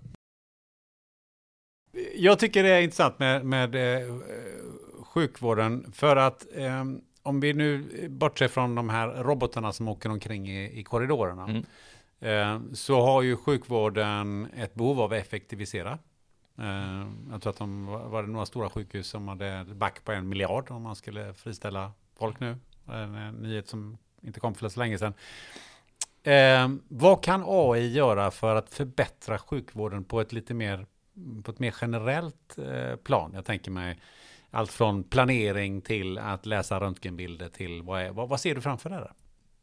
[SPEAKER 7] Jag tycker det är intressant med sjukvården, för att om vi nu bortser från de här robotarna som åker omkring i korridorerna, så har ju sjukvården ett behov av att effektivisera. Jag tror att var det några stora sjukhus som hade back på 1 miljard om man skulle friställa folk nu. En nyhet som inte kom för så länge sedan. Vad kan AI göra för att förbättra sjukvården på ett mer generellt plan? Jag tänker mig allt från planering till att läsa röntgenbilder till vad ser du framför dig?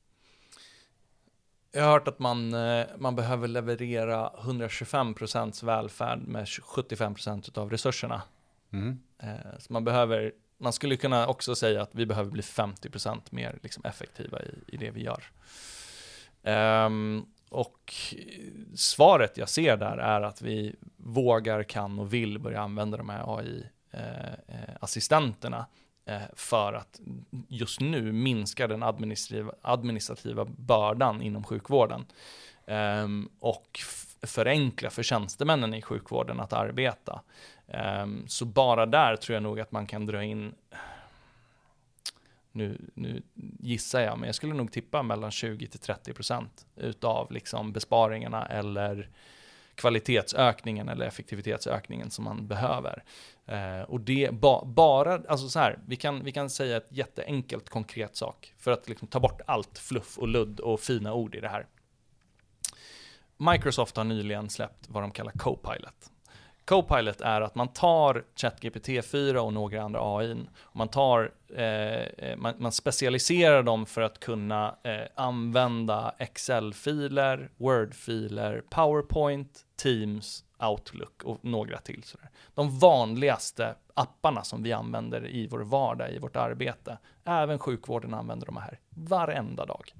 [SPEAKER 4] Jag har hört att man behöver leverera 125% välfärd med 75% av resurserna. Så man skulle kunna också säga att vi behöver bli 50% mer liksom effektiva i det vi gör. Och svaret jag ser där är att vi vågar, kan och vill börja använda de här AI-assistenterna för att just nu minska den administrativa bördan inom sjukvården och förenkla för tjänstemännen i sjukvården att arbeta. Så bara där tror jag nog att man kan dra in, nu gissar jag, men jag skulle nog tippa mellan 20-30% utav liksom besparingarna eller kvalitetsökningen eller effektivitetsökningen som man behöver. Och det bara, alltså så här, vi kan säga ett jätteenkelt konkret sak för att liksom ta bort allt fluff och ludd och fina ord i det här. Microsoft har nyligen släppt vad de kallar Copilot. Copilot är att man tar ChatGPT-4 och några andra AI:n och man specialiserar dem för att kunna använda Excel-filer, Word-filer, PowerPoint, Teams, Outlook och några till. Sådär. De vanligaste apparna som vi använder i vår vardag, i vårt arbete. Även sjukvården använder de här varenda dag.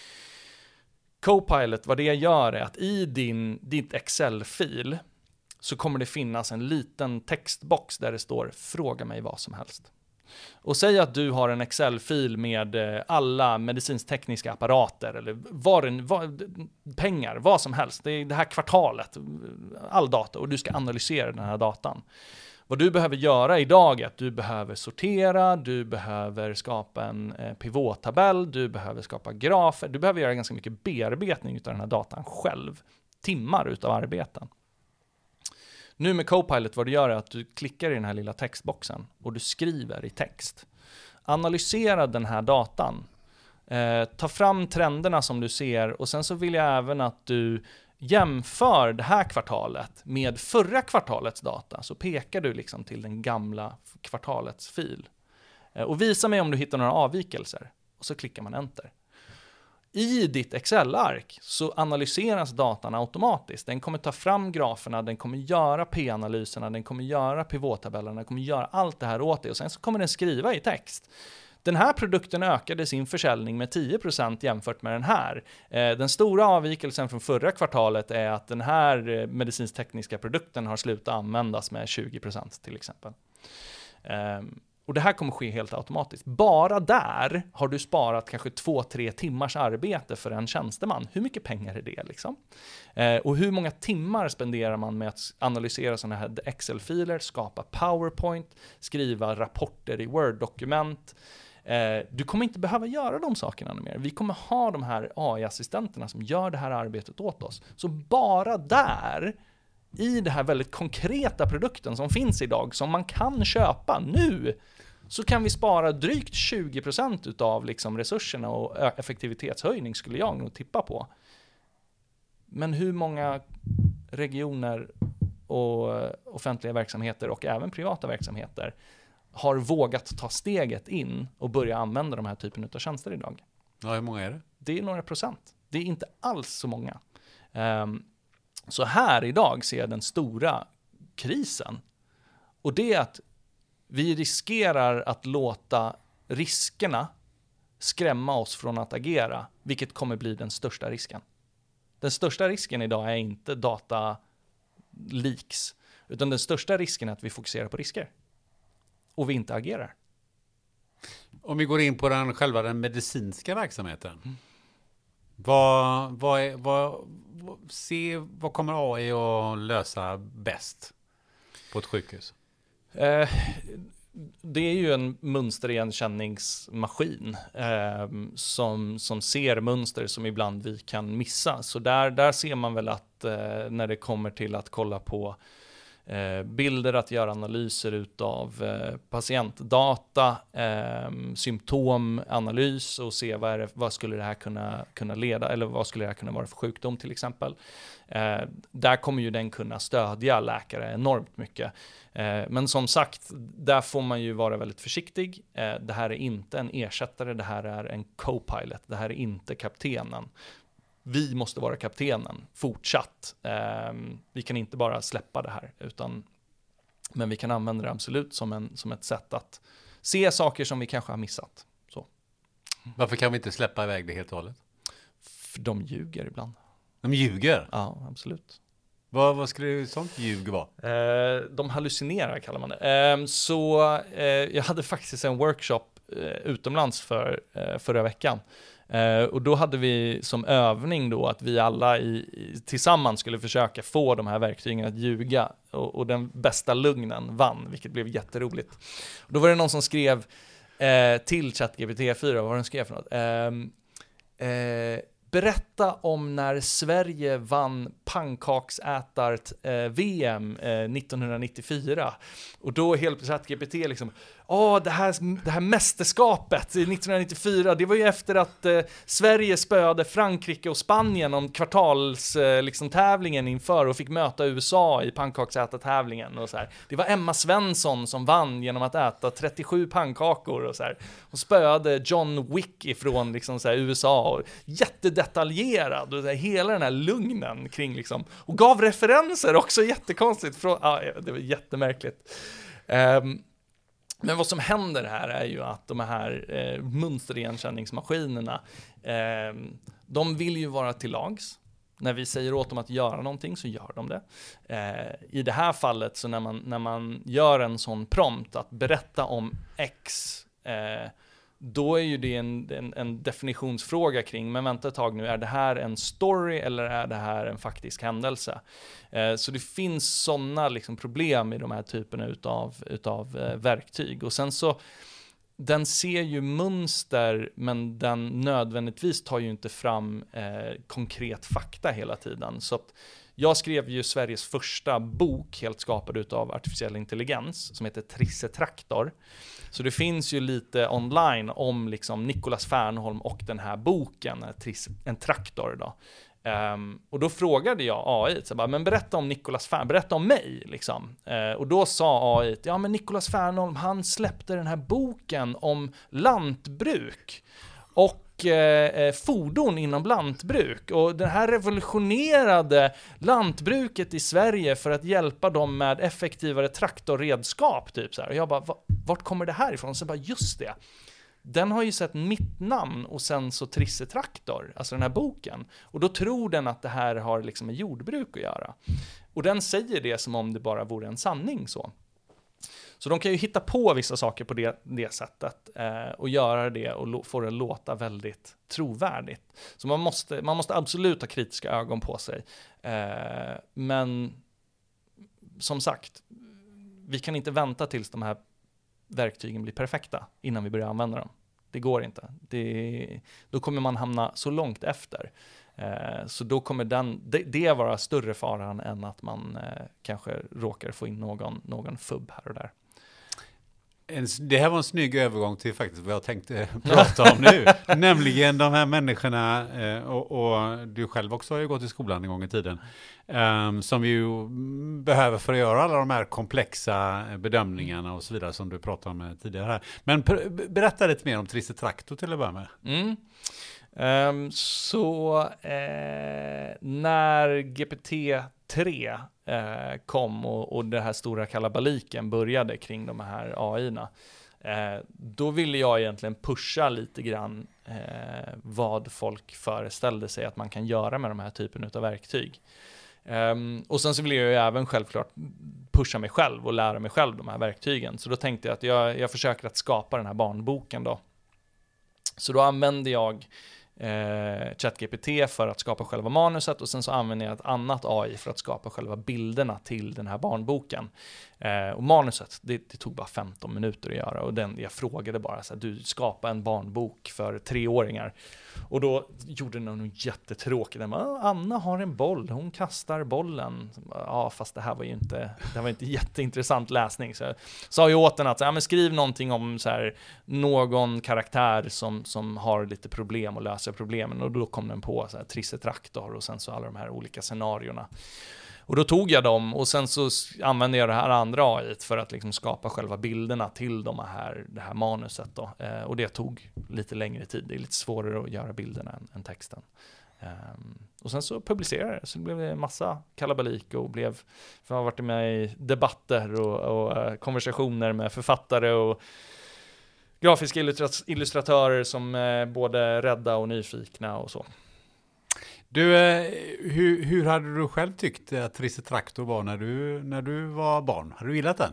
[SPEAKER 4] Copilot, vad det gör är att i ditt Excel-fil så kommer det finnas en liten textbox där det står fråga mig vad som helst. Och säg att du har en Excel-fil med alla medicinstekniska apparater eller pengar, vad som helst. Det är det här kvartalet, all data, och du ska analysera den här datan. Vad du behöver göra idag är att du behöver sortera, du behöver skapa en pivottabell, du behöver skapa grafer, du behöver göra ganska mycket bearbetning av den här datan själv. Timmar utav arbeten. Nu med Copilot, vad du gör är att du klickar i den här lilla textboxen och du skriver i text. Analysera den här datan. Ta fram trenderna som du ser och sen så vill jag även att du jämför det här kvartalet med förra kvartalets data. Så pekar du liksom till den gamla kvartalets fil. Och visa mig om du hittar några avvikelser. Och så klickar man enter. I ditt Excel-ark så analyseras datan automatiskt. Den kommer ta fram graferna, den kommer göra P-analyserna, den kommer göra pivottabellerna, den kommer göra allt det här åt dig och sen så kommer den skriva i text. Den här produkten ökade sin försäljning med 10% jämfört med den här. Den stora avvikelsen från förra kvartalet är att den här medicinstekniska produkten har slutat användas med 20% till exempel. Och det här kommer ske helt automatiskt. Bara där har du sparat kanske 2-3 timmars arbete för en tjänsteman. Hur mycket pengar är det liksom? Och hur många timmar spenderar man med att analysera sådana här Excel-filer, skapa PowerPoint, skriva rapporter i Word-dokument. Du kommer inte behöva göra de sakerna mer. Vi kommer ha de här AI-assistenterna som gör det här arbetet åt oss. Så bara där, i det här väldigt konkreta produkten som finns idag, som man kan köpa nu, så kan vi spara drygt 20% utav liksom resurserna, och effektivitetshöjning skulle jag nog tippa på. Men hur många regioner och offentliga verksamheter och även privata verksamheter har vågat ta steget in och börja använda de här typen av tjänster idag?
[SPEAKER 7] Ja, hur många är det?
[SPEAKER 4] Det är några procent. Det är inte alls så många. Så här idag ser jag den stora krisen. Och det är att vi riskerar att låta riskerna skrämma oss från att agera, vilket kommer bli den största risken. Den största risken idag är inte data leaks, utan den största risken är att vi fokuserar på risker och vi inte agerar.
[SPEAKER 7] Om vi går in på den medicinska verksamheten. Vad kommer AI att lösa bäst på ett sjukhus?
[SPEAKER 4] Det är ju en mönsterigenkänningsmaskin som ser mönster som ibland vi kan missa. Så där ser man väl att när det kommer till att kolla på bilder, att göra analyser utav patientdata, symptomanalys och se vad skulle det här kunna leda, eller vad skulle det här kunna vara för sjukdom till exempel. Där kommer ju den kunna stödja läkare enormt mycket. Men som sagt, där får man ju vara väldigt försiktig. Det här är inte en ersättare, det här är en co-pilot, det här är inte kaptenen. Vi måste vara kaptenen fortsatt. Vi kan inte bara släppa det här, men vi kan använda det absolut som ett sätt att se saker som vi kanske har missat. Så.
[SPEAKER 7] Varför kan vi inte släppa iväg det helt och hållet?
[SPEAKER 4] För de ljuger ibland.
[SPEAKER 7] De ljuger?
[SPEAKER 4] Ja, absolut.
[SPEAKER 7] Vad skulle sånt ljug vara?
[SPEAKER 4] De hallucinerar kallar man det. Jag hade faktiskt en workshop utomlands förra veckan. Och då hade vi som övning då att vi alla tillsammans skulle försöka få de här verktygen att ljuga, och den bästa lugnen vann, vilket blev jätteroligt. Och då var det någon som skrev till ChatGPT-4, vad var den skrev för något? Berätta om när Sverige vann pannkaksätar-VM 1994. Och då helt ChatGPT liksom, det här mästerskapet 1994, det var ju efter att Sverige spöade Frankrike och Spanien om kvartalstävlingen inför och fick möta USA i pannkaksätartävlingen och så här. Det var Emma Svensson som vann genom att äta 37 pannkakor och så här. Hon spöade John Wick ifrån liksom så här, USA, och jättedetaljerad, och så här, hela den här lugnen kring liksom, och gav referenser också jättekonstigt från, det var jättemärkligt. Men vad som händer här är ju att de här mönsterigenkänningsmaskinerna, de vill ju vara till lags. När vi säger åt dem att göra någonting så gör de det. I det här fallet så när man gör en sån prompt att berätta om X, då är ju det en definitionsfråga kring, men vänta ett tag nu, är det här en story eller är det här en faktisk händelse? Så det finns sådana liksom problem i de här typerna utav verktyg. Och sen så, den ser ju mönster, men den nödvändigtvis tar ju inte fram konkret fakta hela tiden. Så att jag skrev ju Sveriges första bok helt skapad utav artificiell intelligens som heter Trisse Traktor. Så det finns ju lite online om liksom Nicolas Fernholm och den här boken, en traktor då. Och då frågade jag AI, så bara, men berätta om Nicolas Fernholm, berätta om mig liksom. Och då sa AI, ja men Nicolas Fernholm, han släppte den här boken om lantbruk och fordon inom lantbruk, och den här revolutionerade lantbruket i Sverige för att hjälpa dem med effektivare traktorredskap typ så här. Och jag bara, vart kommer det här ifrån? Så bara, just det. Den har ju sett mitt namn och sen så Trisse Traktor, alltså den här boken. Och då tror den att det här har liksom med jordbruk att göra. Och den säger det som om det bara vore en sanning så. Så de kan ju hitta på vissa saker på det sättet och göra det och få det att låta väldigt trovärdigt. Så man måste absolut ha kritiska ögon på sig. Men som sagt, vi kan inte vänta tills de här verktygen blir perfekta innan vi börjar använda dem. Det går inte. Då kommer man hamna så långt efter. Så då kommer det vara större faran än att man kanske råkar få in någon fubb här och där.
[SPEAKER 7] Det här var en snygg övergång till faktiskt vad jag tänkte prata om nu. Nämligen de här människorna, och du själv också har ju gått i skolan en gång i tiden, som vi ju behöver för att göra alla de här komplexa bedömningarna och så vidare som du pratade om tidigare här. Men berätta lite mer om Trisse Traktor till att börja med.
[SPEAKER 4] När GPT-3 kom och det här stora kalabaliken började kring de här AI-erna, då ville jag egentligen pusha lite grann vad folk föreställde sig att man kan göra med de här typen av verktyg. Och sen så ville jag ju även självklart pusha mig själv och lära mig själv de här verktygen. Så då tänkte jag att jag försöker att skapa den här barnboken då. Så då använde jag ChatGPT för att skapa själva manuset, och sen så använder jag ett annat AI för att skapa själva bilderna till den här barnboken. Och manuset, det tog bara 15 minuter att göra, och jag frågade bara så här, du skapa en barnbok för 3-åringar. Och då gjorde den något jättetråkigt. Den bara, Anna har en boll, hon kastar bollen. Ja, fast det här var ju inte jätteintressant läsning. Så jag sa ju åt den att men skriv någonting om så här, någon karaktär som har lite problem och löser problemen. Och då kom den på så här, Trisse Traktor och sen så alla de här olika scenarierna. Och då tog jag dem och sen så använde jag det här andra AI för att liksom skapa själva bilderna till det här manuset då. Och det tog lite längre tid. Det är lite svårare att göra bilderna än texten. Och sen så publicerade jag det. Så det blev en massa kalabalik och för jag har varit med i debatter och konversationer med författare och grafiska illustratörer som är både rädda och nyfikna och så.
[SPEAKER 7] Du, hur hade du själv tyckt att Trisse Traktor var när du var barn? Hade du gillat den?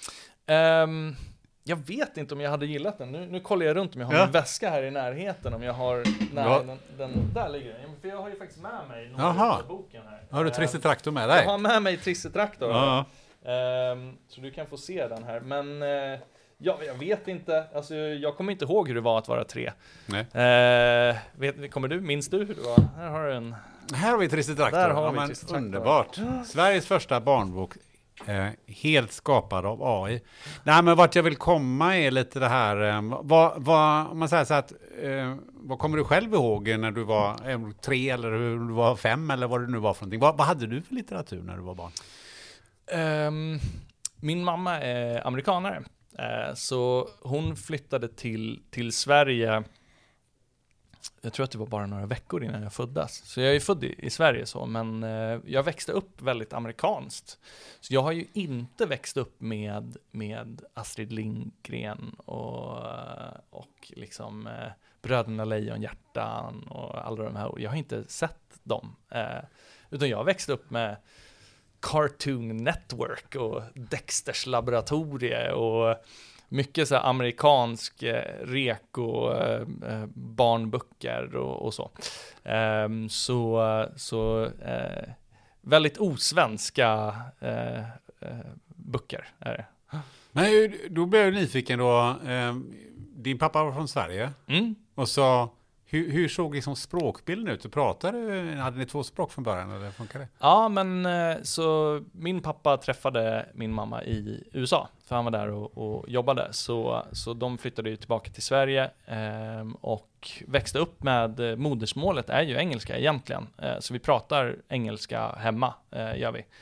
[SPEAKER 4] Jag vet inte om jag hade gillat den. Nu kollar jag runt om jag har en väska här i närheten. Om jag har... Nej, den där ligger den. För jag har ju faktiskt med mig någon av boken här.
[SPEAKER 7] Har du Trisse Traktor med dig?
[SPEAKER 4] Jag har med mig Trisse Traktor.
[SPEAKER 7] Ja.
[SPEAKER 4] Så du kan få se den här. Men... jag vet inte. Alltså, jag kommer inte ihåg hur det var att vara 3.
[SPEAKER 7] Nej.
[SPEAKER 4] Minns du hur det var?
[SPEAKER 7] Här har vi Trisse Traktor. Trisse Traktor. Underbart. Sveriges första barnbok. Helt skapad av AI. Nej, men vart jag vill komma är lite det här. Om man säger så att vad kommer du själv ihåg när du var 3 eller hur du var 5 eller vad det nu var för någonting? Vad hade du för litteratur när du var barn?
[SPEAKER 4] Min mamma är amerikanare. Så hon flyttade till Sverige. Jag tror att det var bara några veckor innan jag föddes. Så jag är född i Sverige så, men jag växte upp väldigt amerikanskt. Så jag har ju inte växt upp med Astrid Lindgren och liksom Bröderna Lejonhjärtan och alla de här. Jag har inte sett dem. Utan jag växte upp med Cartoon Network och Dexters laboratorie och mycket så här amerikansk reko barnböcker och så. Så väldigt osvenska böcker är det.
[SPEAKER 7] Men då blev jag nyfiken då. Din pappa var från Sverige. Och så hur såg liksom språkbilden ut? Hade ni 2 språk från början eller funkar det?
[SPEAKER 4] Ja, men så min pappa träffade min mamma i USA för han var där och jobbade. Så de flyttade ju tillbaka till Sverige och växte upp med modersmålet är ju engelska egentligen. Så vi pratar engelska hemma, gör vi.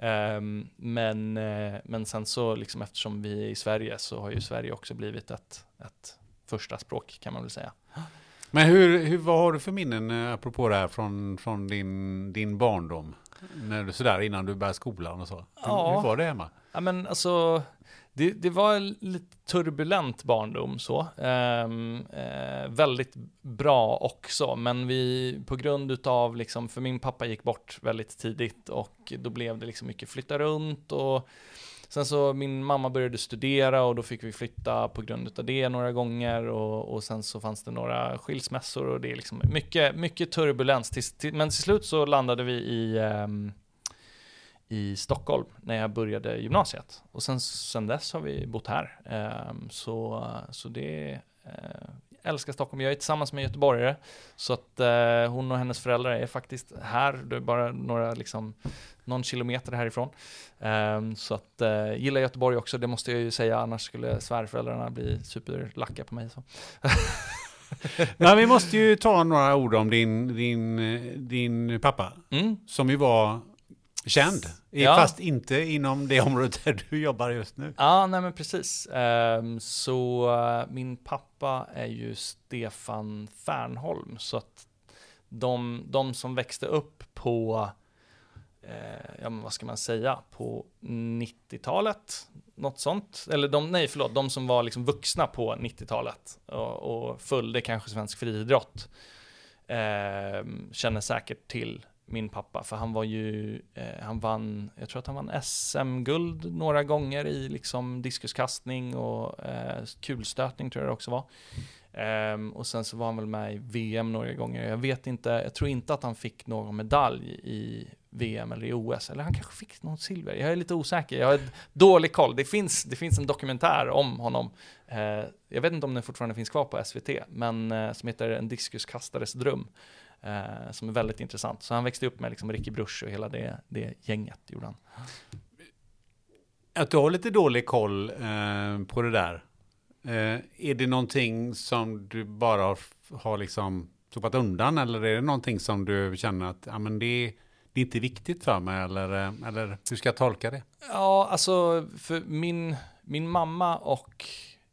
[SPEAKER 4] Men sen så liksom eftersom vi är i Sverige så har ju Sverige också blivit ett första språk kan man väl säga.
[SPEAKER 7] Men vad har du för minnen apropå det här från din barndom? När du sådär innan du började skolan och så. Hur var det hemma?
[SPEAKER 4] Ja, men alltså det var en lite turbulent barndom så. Väldigt bra också, men vi på grund utav liksom, för min pappa gick bort väldigt tidigt och då blev det liksom mycket flytta runt och Sen så min mamma började studera och då fick vi flytta på grund av det några gånger och sen så fanns det några skilsmässor och det är liksom mycket turbulens. Men till slut så landade vi i Stockholm när jag började gymnasiet. Och sen dess har vi bott här. Så det älskar Stockholm. Jag är tillsammans med göteborgare. Så att hon och hennes föräldrar är faktiskt här. Det är bara någon kilometer härifrån. Så att gillar Göteborg också. Det måste jag ju säga. Annars skulle svärföräldrarna bli superlacka på mig. Så.
[SPEAKER 7] Men vi måste ju ta några ord om din pappa. Som ju var känd, fast inte inom det området där du jobbar just nu.
[SPEAKER 4] Ja, nej men precis. Så min pappa är ju Stefan Fernholm, så att de som växte upp på vad ska man säga, på 90-talet, något sånt, eller de som var liksom vuxna på 90-talet och följde kanske svensk friidrott känner säkert till min pappa, för han var ju jag tror att han vann SM-guld några gånger i liksom diskuskastning och kulstötning tror jag det också var. Och sen så var han väl med i VM några gånger. Jag tror inte att han fick någon medalj i VM eller i OS, eller han kanske fick något silver. Jag är lite osäker. Jag har dålig koll. Det finns en dokumentär om honom. Jag vet inte om den fortfarande finns kvar på SVT, men som heter En diskuskastares dröm. Som är väldigt intressant. Så han växte upp med liksom Ricky Bruch och hela det gänget gjorde han.
[SPEAKER 7] Att du har lite dålig koll på det där. Är det någonting som du bara har liksom sopat undan, eller är det någonting som du känner att det är inte viktigt för mig, eller hur ska jag tolka det?
[SPEAKER 4] Ja, alltså för min mamma och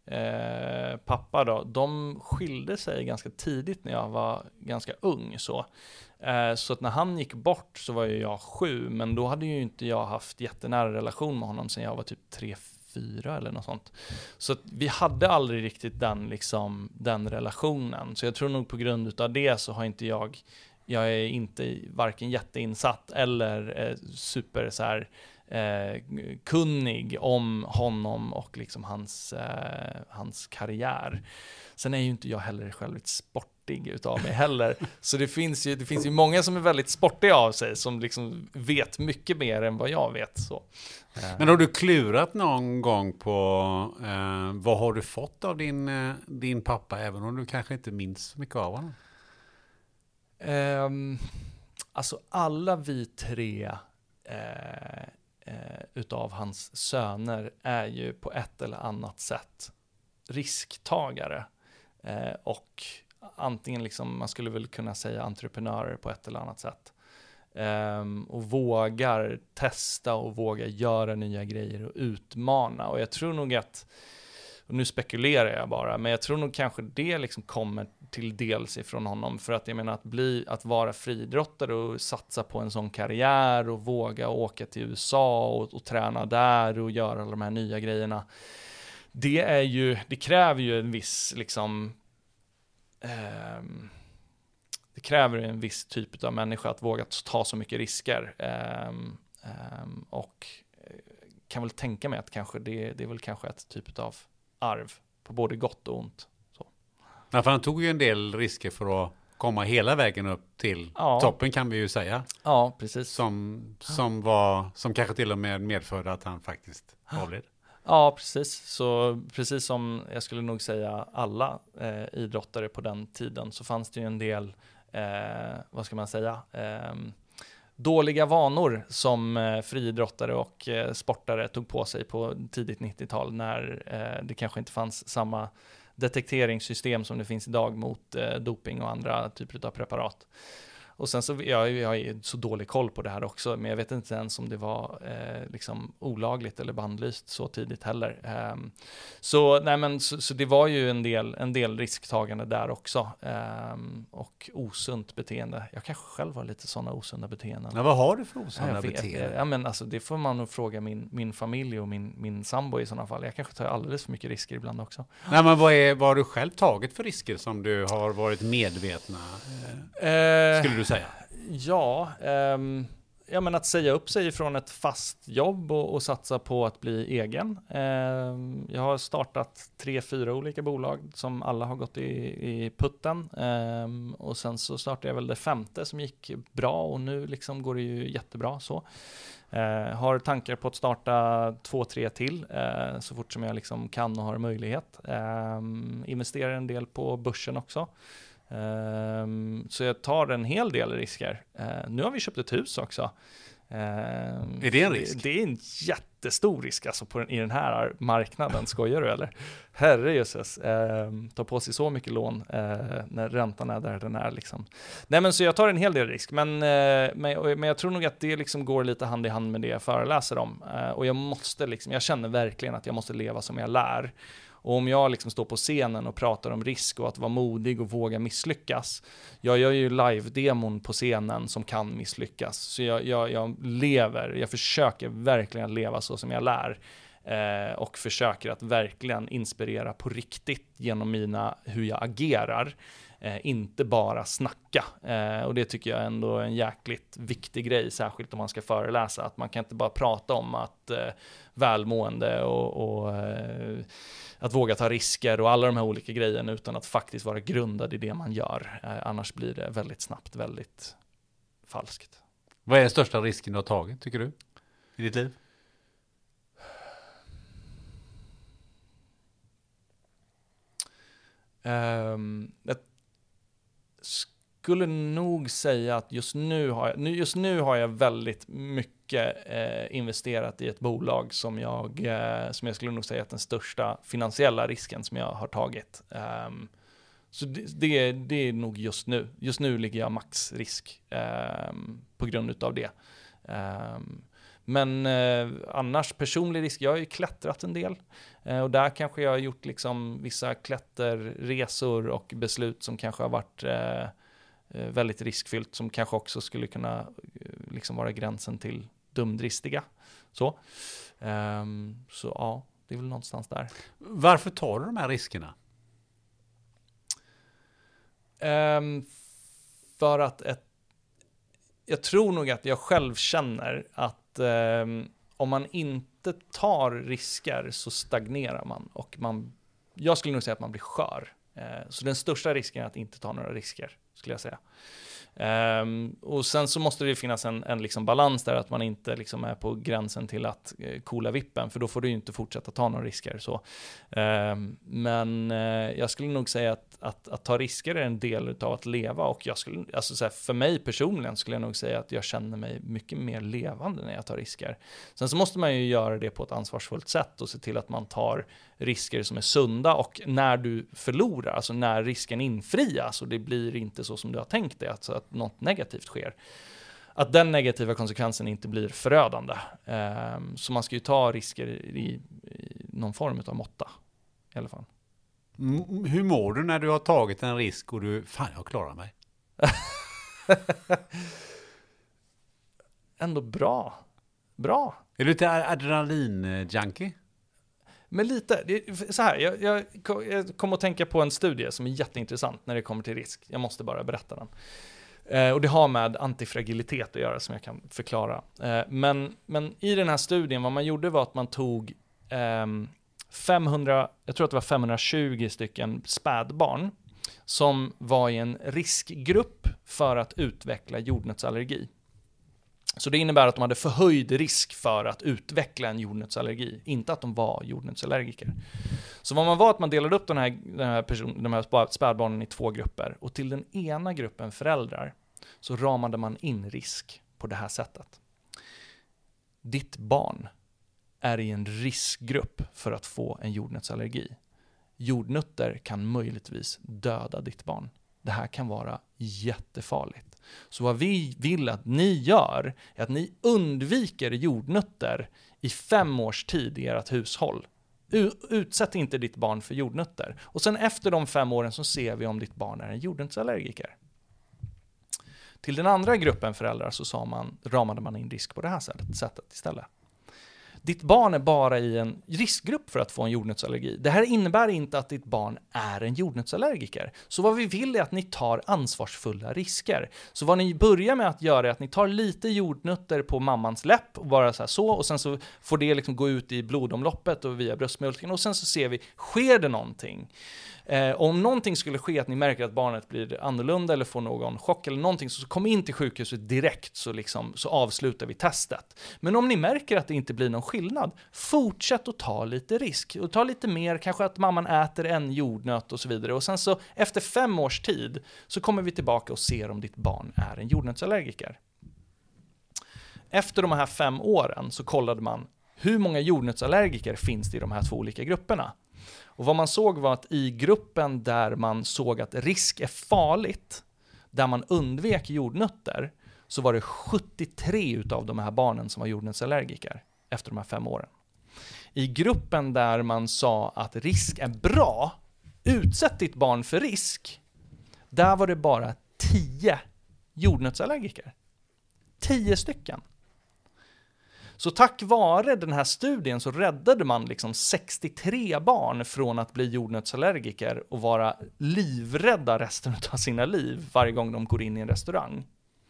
[SPEAKER 4] pappa då, de skilde sig ganska tidigt när jag var ganska ung så att när han gick bort så var ju jag 7, men då hade ju inte jag haft jättenära relation med honom sen jag var typ 3-4 eller något sånt. Så att vi hade aldrig riktigt den relationen. Så jag tror nog på grund utav det så har inte jag är inte varken jätteinsatt eller super så här kunnig om honom och liksom hans karriär. Sen är ju inte jag heller själv lite sportig utav mig heller. Så det finns ju många som är väldigt sportiga av sig som liksom vet mycket mer än vad jag vet. Så.
[SPEAKER 7] Men har du klurat någon gång på vad har du fått av din pappa, även om du kanske inte minns så mycket av honom?
[SPEAKER 4] Alltså alla vi tre utav hans söner är ju på ett eller annat sätt risktagare och antingen liksom, man skulle väl kunna säga entreprenörer på ett eller annat sätt, och vågar testa och vågar göra nya grejer och utmana. Och jag tror nog att, och nu spekulerar jag bara, men jag tror nog kanske det liksom kommer till dels ifrån honom, för att jag menar att vara friidrottare och satsa på en sån karriär och våga åka till USA och träna där och göra alla de här nya grejerna, det kräver ju en viss liksom det kräver en viss typ av människa att våga ta så mycket risker, och kan väl tänka mig att kanske det är väl kanske ett typ av arv på både gott och ont. Så.
[SPEAKER 7] Ja, för han tog ju en del risker för att komma hela vägen upp till toppen, kan vi ju säga.
[SPEAKER 4] Ja, precis.
[SPEAKER 7] Som kanske till och med medförde att han faktiskt avled.
[SPEAKER 4] Ja, precis. Så precis som jag skulle nog säga alla idrottare på den tiden, så fanns det ju en del, vad ska man säga, dåliga vanor som friidrottare och sportare tog på sig på tidigt 90-tal, när det kanske inte fanns samma detekteringssystem som det finns idag mot doping och andra typer av preparat. Och sen så, jag är så dålig koll på det här också, men jag vet inte ens om det var liksom olagligt eller bandlyst så tidigt heller. Så det var ju en del risktagande där också, och osunt beteende. Jag kanske själv har lite sådana osunda beteenden.
[SPEAKER 7] Ja, vad har du för osunda beteenden?
[SPEAKER 4] Ja, men alltså, det får man nog fråga min familj och min sambo i sådana fall. Jag kanske tar alldeles för mycket risker ibland också.
[SPEAKER 7] Nej, men vad har du själv tagit för risker som du har varit medvetna, skulle du säga?
[SPEAKER 4] Ja, att säga upp sig från ett fast jobb och satsa på att bli egen. Jag har startat 3-4 olika bolag som alla har gått i putten. Och sen så startade jag väl det 5:e som gick bra och nu liksom går det ju jättebra så. Har tankar på att starta 2-3 till så fort som jag liksom kan och har möjlighet. Investerar en del på börsen också. Så jag tar en hel del risker. Nu har vi köpt ett hus också.
[SPEAKER 7] Är det en risk?
[SPEAKER 4] Det är en jättestor risk alltså i den här marknaden. Skojar du eller? Herre Jesus. Ta på sig så mycket lån när räntan är där den är liksom. Nej men så jag tar en hel del risk. Men jag tror nog att det liksom går lite hand i hand med det jag föreläser om. Och jag känner verkligen att jag måste leva som jag lär. Och om jag liksom står på scenen och pratar om risk och att vara modig och våga misslyckas. Jag gör ju live-demon på scenen som kan misslyckas. Så jag försöker verkligen leva så som jag lär. Och försöker att verkligen inspirera på riktigt genom hur jag agerar. Inte bara snacka. Och det tycker jag ändå är en jäkligt viktig grej, särskilt om man ska föreläsa. Att man kan inte bara prata om att välmående och att våga ta risker och alla de här olika grejerna utan att faktiskt vara grundad i det man gör. Annars blir det väldigt snabbt väldigt falskt.
[SPEAKER 7] Vad är den största risken du har tagit, tycker du, i ditt liv?
[SPEAKER 4] Jag skulle nog säga att just nu har jag väldigt mycket investerat i ett bolag som jag skulle nog säga att den största finansiella risken som jag har tagit. Så det är nog just nu. Just nu ligger jag maxrisk på grund utav det. Men annars personlig risk, jag har ju klättrat en del och där kanske jag har gjort liksom vissa klätterresor och beslut som kanske har varit väldigt riskfyllt, som kanske också skulle kunna liksom vara gränsen till dumdristiga. Så ja, det är väl någonstans där.
[SPEAKER 7] Varför tar du de här riskerna?
[SPEAKER 4] För att jag tror nog att jag själv känner att om man inte tar risker så stagnerar man och jag skulle nog säga att man blir skör. Så den största risken är att inte ta några risker, skulle jag säga. Och sen så måste det finnas en liksom balans där, att man inte liksom är på gränsen till att coola vippen, för då får du ju inte fortsätta ta några risker. Så. Men jag skulle nog säga att ta risker är en del av att leva, och för mig personligen skulle jag nog säga att jag känner mig mycket mer levande när jag tar risker. Sen så måste man ju göra det på ett ansvarsfullt sätt och se till att man tar risker som är sunda, och när du förlorar, alltså när risken infrias och det blir inte så som du har tänkt dig, alltså att något negativt sker, att den negativa konsekvensen inte blir förödande. Så man ska ju ta risker i någon form av måtta i alla fall.
[SPEAKER 7] Hur mår du när du har tagit en risk och jag klarar mig?
[SPEAKER 4] Ändå bra.
[SPEAKER 7] Är du lite adrenalin-junkie?
[SPEAKER 4] Men lite, så här, jag kom att tänka på en studie som är jätteintressant när det kommer till risk. Jag måste bara berätta den. Och det har med antifragilitet att göra, som jag kan förklara. Men i den här studien, vad man gjorde var att man tog 520 stycken spädbarn som var i en riskgrupp för att utveckla jordnötsallergi. Så det innebär att de hade förhöjd risk för att utveckla en jordnötsallergi, inte att de var jordnötsallergiker. Så vad man var att man delade upp de här spädbarnen i 2 grupper, och till den ena gruppen föräldrar så ramade man in risk på det här sättet. Ditt barn är i en riskgrupp för att få en jordnötsallergi. Jordnötter kan möjligtvis döda ditt barn. Det här kan vara jättefarligt. Så vad vi vill att ni gör är att ni undviker jordnötter i 5 års tid i ert hushåll. Utsätt inte ditt barn för jordnötter. Och sen efter de 5 åren så ser vi om ditt barn är en jordnötsallergiker. Till den andra gruppen föräldrar så ramade man in risk på det här sättet istället. Ditt barn är bara i en riskgrupp för att få en jordnötsallergi. Det här innebär inte att ditt barn är en jordnötsallergiker. Så vad vi vill är att ni tar ansvarsfulla risker. Så vad ni börjar med att göra är att ni tar lite jordnötter på mammans läpp och bara så och sen så får det liksom gå ut i blodomloppet och via bröstmjölken och sen så ser vi, sker det någonting? Om någonting skulle ske, att ni märker att barnet blir annorlunda eller får någon chock eller någonting, så kom in till sjukhuset direkt så avslutar vi testet. Men om ni märker att det inte blir någon skillnad, fortsätt att ta lite risk och ta lite mer, kanske att mamman äter en jordnöt och så vidare, och sen så efter 5 års tid så kommer vi tillbaka och ser om ditt barn är en jordnötsallergiker. Efter de här 5 åren så kollade man hur många jordnötsallergiker finns det i de här 2 olika grupperna. Och vad man såg var att i gruppen där man såg att risk är farligt, där man undvek jordnötter, så var det 73 utav de här barnen som var jordnötsallergiker efter de här 5 åren. I gruppen där man sa att risk är bra, utsätt ditt barn för risk, där var det bara 10 jordnötsallergiker. 10 stycken. Så tack vare den här studien så räddade man liksom 63 barn från att bli jordnötsallergiker och vara livrädda resten av sina liv varje gång de går in i en restaurang.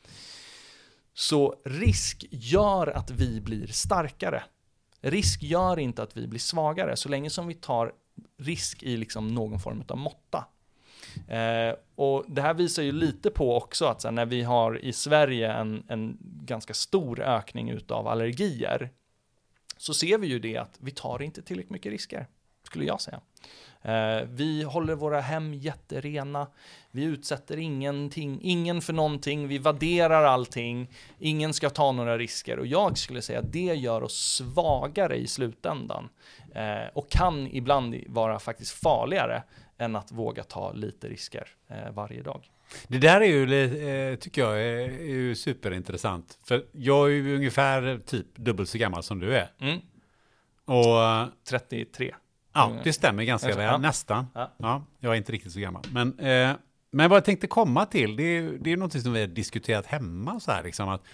[SPEAKER 4] Så risk gör att vi blir starkare. Risk gör inte att vi blir svagare så länge som vi tar risk i liksom någon form av måtta. Och det här visar ju lite på också att så här, när vi har i Sverige en ganska stor ökning utav allergier, så ser vi ju det att vi tar inte tillräckligt mycket risker, skulle jag säga. Vi håller våra hem jätterena, vi utsätter ingen för någonting, vi värderar allting, ingen ska ta några risker, och jag skulle säga att det gör oss svagare i slutändan och kan ibland vara faktiskt farligare än att våga ta lite risker varje dag.
[SPEAKER 7] Det där är ju, tycker jag, är ju superintressant. För jag är ju ungefär typ dubbelt så gammal som du är.
[SPEAKER 4] Mm.
[SPEAKER 7] Och
[SPEAKER 4] 33.
[SPEAKER 7] Ja, det stämmer ganska väl.
[SPEAKER 4] Ja.
[SPEAKER 7] Nästan.
[SPEAKER 4] Ja.
[SPEAKER 7] Ja, jag är inte riktigt så gammal. Men vad jag tänkte komma till, det är något som vi har diskuterat hemma. Så här, liksom, att,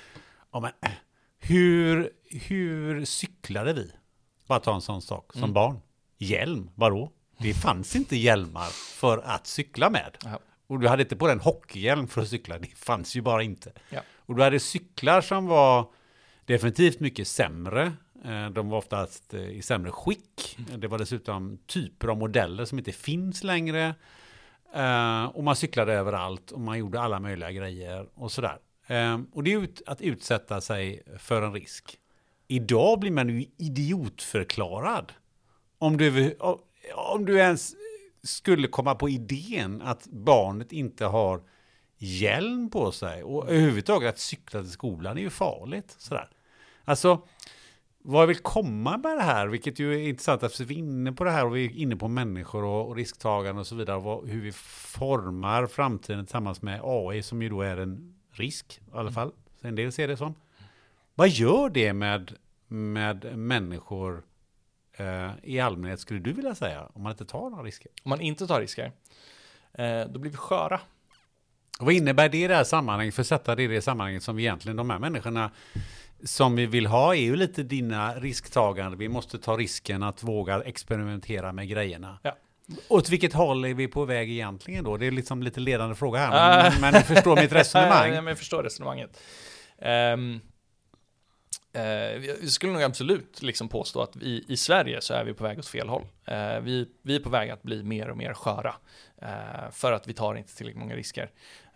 [SPEAKER 7] hur cyklade vi? Bara ta en sån sak som barn. Hjälm, vadå? Det fanns inte hjälmar för att cykla med.
[SPEAKER 4] Ja.
[SPEAKER 7] Och du hade inte på en hockeyhjälm för att cykla. Det fanns ju bara inte.
[SPEAKER 4] Ja.
[SPEAKER 7] Och du hade cyklar som var definitivt mycket sämre. De var oftast i sämre skick. Det var dessutom typer av modeller som inte finns längre. Och man cyklade överallt och man gjorde alla möjliga grejer och sådär. Och det är att utsätta sig för en risk. Idag blir man ju idiotförklarad. Om du ens skulle komma på idén att barnet inte har hjälm på sig och överhuvudtaget att cykla till skolan är ju farligt. Sådär. Alltså, vad jag vill komma med det här, vilket ju är intressant eftersom vi är inne på det här och vi är inne på människor och risktagande och så vidare, och hur vi formar framtiden tillsammans med AI som ju då är en risk i alla fall. Så en del ser det som. Vad gör det med människor i allmänhet, skulle du vilja säga, om man inte tar några risker?
[SPEAKER 4] Om man inte tar risker, då blir vi sköra.
[SPEAKER 7] Och vad innebär det i det här sammanhanget? För att sätta det i det sammanhanget som egentligen de här människorna som vi vill ha är ju lite dina risktagande. Vi måste ta risken att våga experimentera med grejerna.
[SPEAKER 4] Ja.
[SPEAKER 7] Åt vilket håll är vi på väg egentligen då? Det är liksom lite ledande fråga här. Men du förstår mitt resonemang.
[SPEAKER 4] Ja, men jag förstår resonemanget. Jag skulle nog absolut liksom påstå att i Sverige så är vi på väg åt fel håll. Vi är på väg att bli mer och mer sköra för att vi tar inte tillräckligt många risker.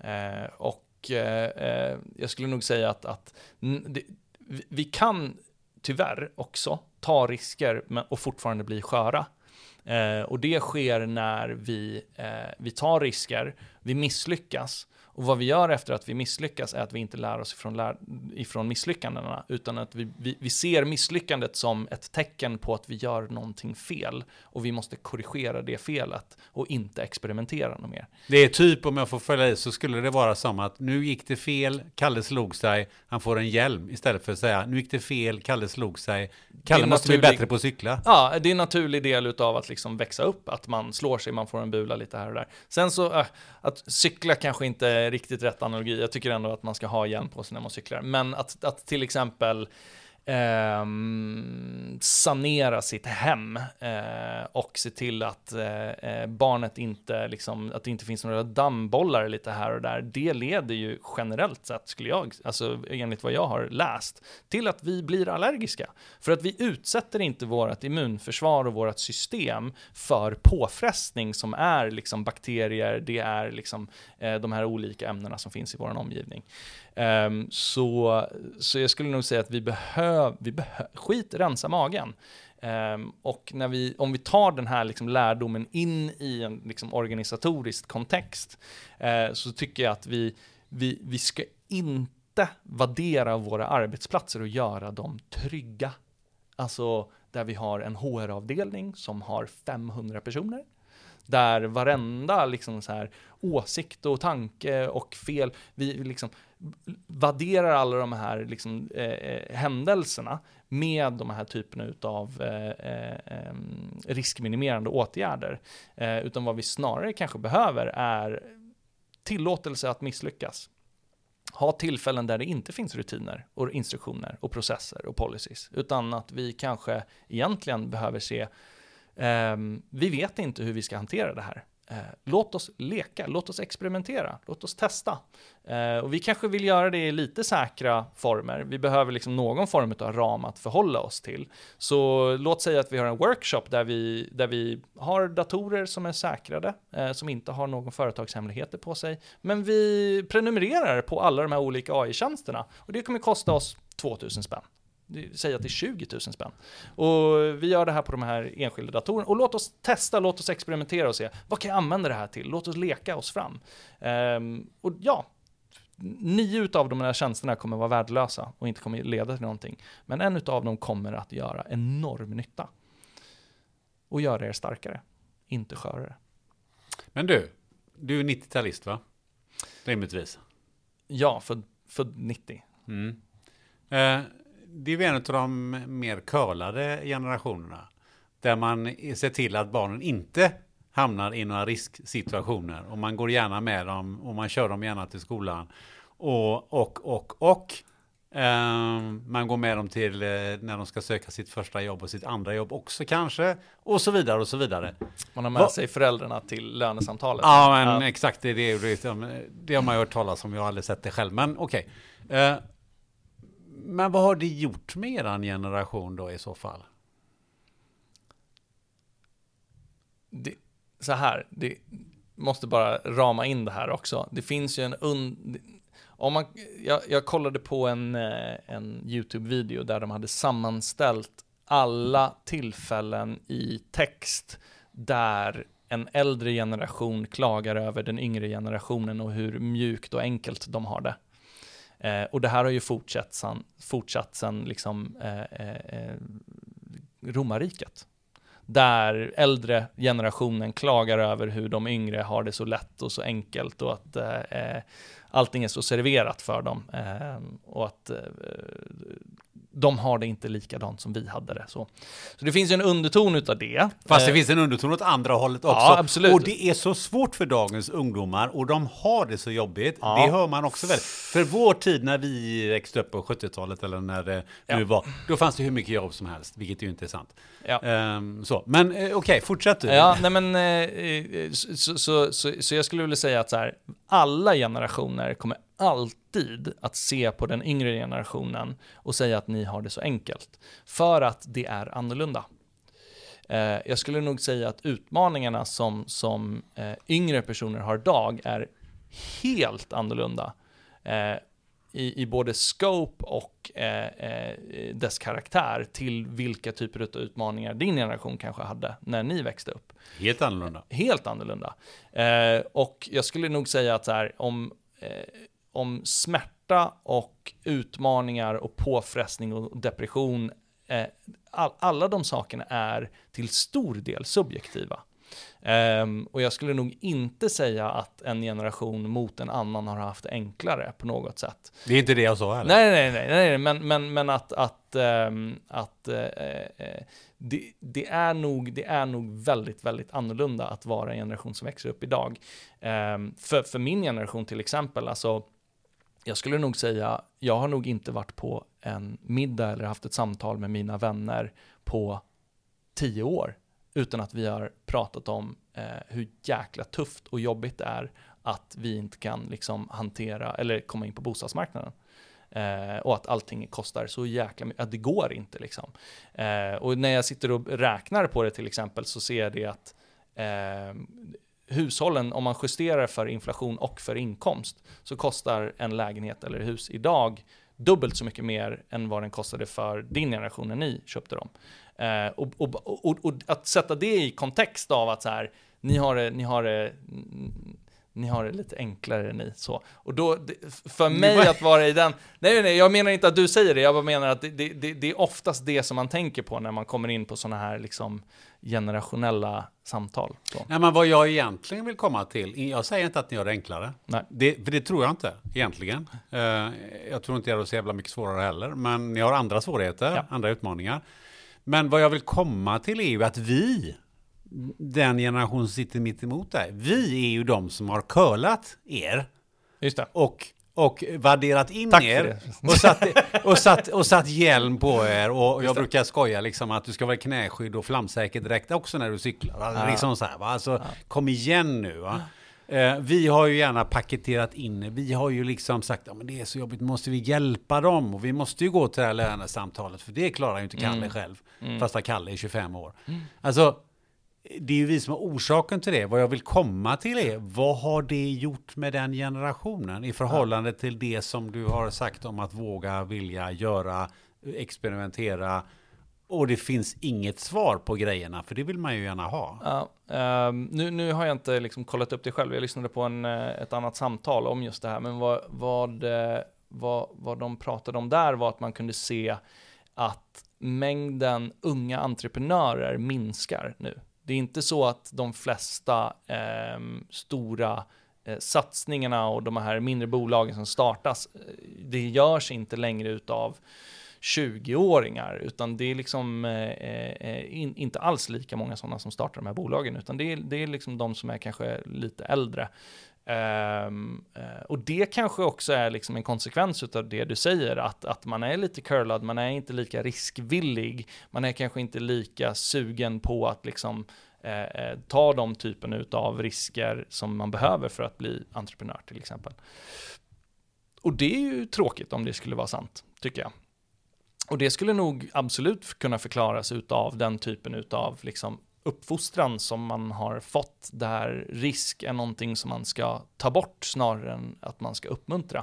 [SPEAKER 4] Jag skulle nog säga att vi kan tyvärr också ta risker och fortfarande bli sköra. Och det sker när vi tar risker, vi misslyckas. Och vad vi gör efter att vi misslyckas är att vi inte lär oss ifrån misslyckandena, utan att vi ser misslyckandet som ett tecken på att vi gör någonting fel och vi måste korrigera det felet och inte experimentera något mer.
[SPEAKER 7] Det är typ, om jag får följa i, så skulle det vara som att nu gick det fel, Kalle slog sig, han får en hjälm, istället för att säga nu gick det fel, Kalle slog sig, Kalle måste bli bättre på att cykla.
[SPEAKER 4] Ja, det är en naturlig del utav att liksom växa upp, att man slår sig, man får en bula lite här och där. Sen så, att cykla kanske inte är riktigt rätt analogi. Jag tycker ändå att man ska ha hjälm på sig när man cyklar. Men att till exempel sanera sitt hem och se till att barnet inte liksom, att det inte finns några dammbollar lite här och där. Det leder ju generellt sett, alltså enligt vad jag har läst, till att vi blir allergiska. För att vi utsätter inte vårt immunförsvar och vårt system för påfrestning som är liksom bakterier, det är liksom de här olika ämnena som finns i vår omgivning. Så jag skulle nog säga att vi behöver rensa magen. Och om vi tar den här liksom lärdomen in i en liksom organisatorisk kontext, så tycker jag att vi ska inte värdera våra arbetsplatser och göra dem trygga. Alltså där vi har en HR-avdelning som har 500 personer. Där varenda liksom så här åsikt och tanke och fel, vi liksom värderar alla de här liksom, händelserna med de här typerna av riskminimerande åtgärder. Utan vad vi snarare kanske behöver är tillåtelse att misslyckas. Ha tillfällen där det inte finns rutiner och instruktioner och processer och policies. Utan att vi kanske egentligen behöver se vi vet inte hur vi ska hantera det här. Låt oss leka, låt oss experimentera, låt oss testa. Och vi kanske vill göra det i lite säkra former. Vi behöver liksom någon form av ram att förhålla oss till. Så låt säga att vi har en workshop där vi har datorer som är säkrade, som inte har någon företagshemligheter på sig. Men vi prenumererar på alla de här olika AI-tjänsterna. Och det kommer kosta oss 2000 spänn. Säg att det är 20 000 spänn. Och vi gör det här på de här enskilda datorerna. Och låt oss testa, låt oss experimentera och se. Vad kan jag använda det här till? Låt oss leka oss fram. Och ja, 9 av de här tjänsterna kommer vara värdelösa och inte kommer leda till någonting. Men en av dem kommer att göra enorm nytta. Och göra er starkare, inte skörare. Men
[SPEAKER 7] du är 90-talist va? Rimligtvis.
[SPEAKER 4] Ja, för 90.
[SPEAKER 7] Det är en av de mer curlade generationerna. Där man ser till att barnen inte hamnar i några risksituationer. Och man går gärna med dem och man kör dem gärna till skolan. Och man går med dem till när de ska söka sitt första jobb och sitt andra jobb också kanske. Och så vidare och så vidare.
[SPEAKER 4] Man har med sig föräldrarna till lönesamtalet.
[SPEAKER 7] Ja, men exakt. Det har man hört talas om. Jag har aldrig sett det själv. Men okej. Men vad har det gjort med er generation då i så fall?
[SPEAKER 4] Det måste bara rama in det här också. Det finns ju jag kollade på en YouTube-video där de hade sammanställt alla tillfällen i text där en äldre generation klagar över den yngre generationen och hur mjukt och enkelt de har det. Och det här har ju fortsatt sen liksom, romarriket. Där äldre generationen klagar över hur de yngre har det så lätt och så enkelt och att allting är så serverat för dem. Och att de har det inte likadant som vi hade det. Så det finns ju en underton utav det.
[SPEAKER 7] Fast det finns en underton åt andra hållet också.
[SPEAKER 4] Ja, absolut.
[SPEAKER 7] Och det är så svårt för dagens ungdomar och de har det så jobbigt. Ja. Det hör man också väl. För vår tid när vi växte upp på 70-talet eller när det nu var, då fanns det hur mycket jobb som helst, vilket ju inte är sant. Ja. Så. Men okej, fortsätt du.
[SPEAKER 4] Ja, nej men så jag skulle vilja säga att så här, alla generationer kommer alltid att se på den yngre generationen och säga att ni har det så enkelt. För att det är annorlunda. Jag skulle nog säga att utmaningarna som yngre personer har idag är helt annorlunda. I både scope och dess karaktär till vilka typer av utmaningar din generation kanske hade när ni växte upp.
[SPEAKER 7] Helt annorlunda.
[SPEAKER 4] Helt annorlunda. Och jag skulle nog säga att så här, om smärta och utmaningar och påfrestning och depression, alla de sakerna är till stor del subjektiva. Och jag skulle nog inte säga att en generation mot en annan har haft det enklare på något sätt.
[SPEAKER 7] Det är inte det jag sa heller.
[SPEAKER 4] Nej, men att det är nog väldigt, väldigt annorlunda att vara en generation som växer upp idag. För min generation till exempel, alltså Jag skulle nog säga, jag har nog inte varit på en middag eller haft ett samtal med mina vänner på 10 år utan att vi har pratat om hur jäkla tufft och jobbigt det är att vi inte kan liksom hantera eller komma in på bostadsmarknaden. Och att allting kostar så jäkla mycket, att det går inte liksom. Och när jag sitter och räknar på det till exempel så ser jag det att hushållen, om man justerar för inflation och för inkomst, så kostar en lägenhet eller hus idag dubbelt så mycket mer än vad den kostade för din generation när ni köpte dem. Och att sätta det i kontext av att så här, ni har det lite enklare än ni så. Och då, för mig att vara i den... Nej, jag menar inte att du säger det. Jag bara menar att det är oftast det som man tänker på när man kommer in på såna här liksom generationella samtal. Så.
[SPEAKER 7] Nej, men vad jag egentligen vill komma till, jag säger inte att ni gör det enklare.
[SPEAKER 4] Nej.
[SPEAKER 7] För det tror jag inte egentligen. Jag tror inte det är så jävla mycket svårare heller. Men ni har andra svårigheter, andra utmaningar. Men vad jag vill komma till är ju att den generation som sitter mitt emot dig, vi är ju de som har curlat er.
[SPEAKER 4] Just det.
[SPEAKER 7] Och värderat in
[SPEAKER 4] Tack
[SPEAKER 7] er
[SPEAKER 4] för
[SPEAKER 7] och satt hjälm på er och jag brukar skoja liksom att du ska vara knäskydd och flamsäker direkt också när du cyklar. Liksom så här, va? Alltså, kom igen nu, va? Vi har ju gärna paketerat in, vi har ju liksom sagt men det är så jobbigt, måste vi hjälpa dem och vi måste ju gå till det här lönesamtalet för det klarar ju inte Kalle själv fast att Kalle är 25 år. Alltså det är ju vi som har orsaken till det. Vad jag vill komma till är, vad har det gjort med den generationen i förhållande till det som du har sagt om att våga, vilja, göra, experimentera, och det finns inget svar på grejerna, för det vill man ju gärna ha.
[SPEAKER 4] Ja, nu har jag inte liksom kollat upp det själv. Jag lyssnade på ett annat samtal om just det här, men vad de pratade om där var att man kunde se att mängden unga entreprenörer minskar nu. Det är inte så att de flesta stora satsningarna och de här mindre bolagen som startas, det görs inte längre utav 20-åringar, utan det är liksom inte alls lika många sådana som startar de här bolagen, utan det är liksom de som är kanske lite äldre. Och det kanske också är liksom en konsekvens av det du säger, att man är lite curlad, man är inte lika riskvillig, man är kanske inte lika sugen på att liksom ta de typen av risker som man behöver för att bli entreprenör till exempel. Och det är ju tråkigt om det skulle vara sant, tycker jag. Och det skulle nog absolut kunna förklaras utav den typen utav liksom uppfostran som man har fått, där risk är någonting som man ska ta bort snarare än att man ska uppmuntra.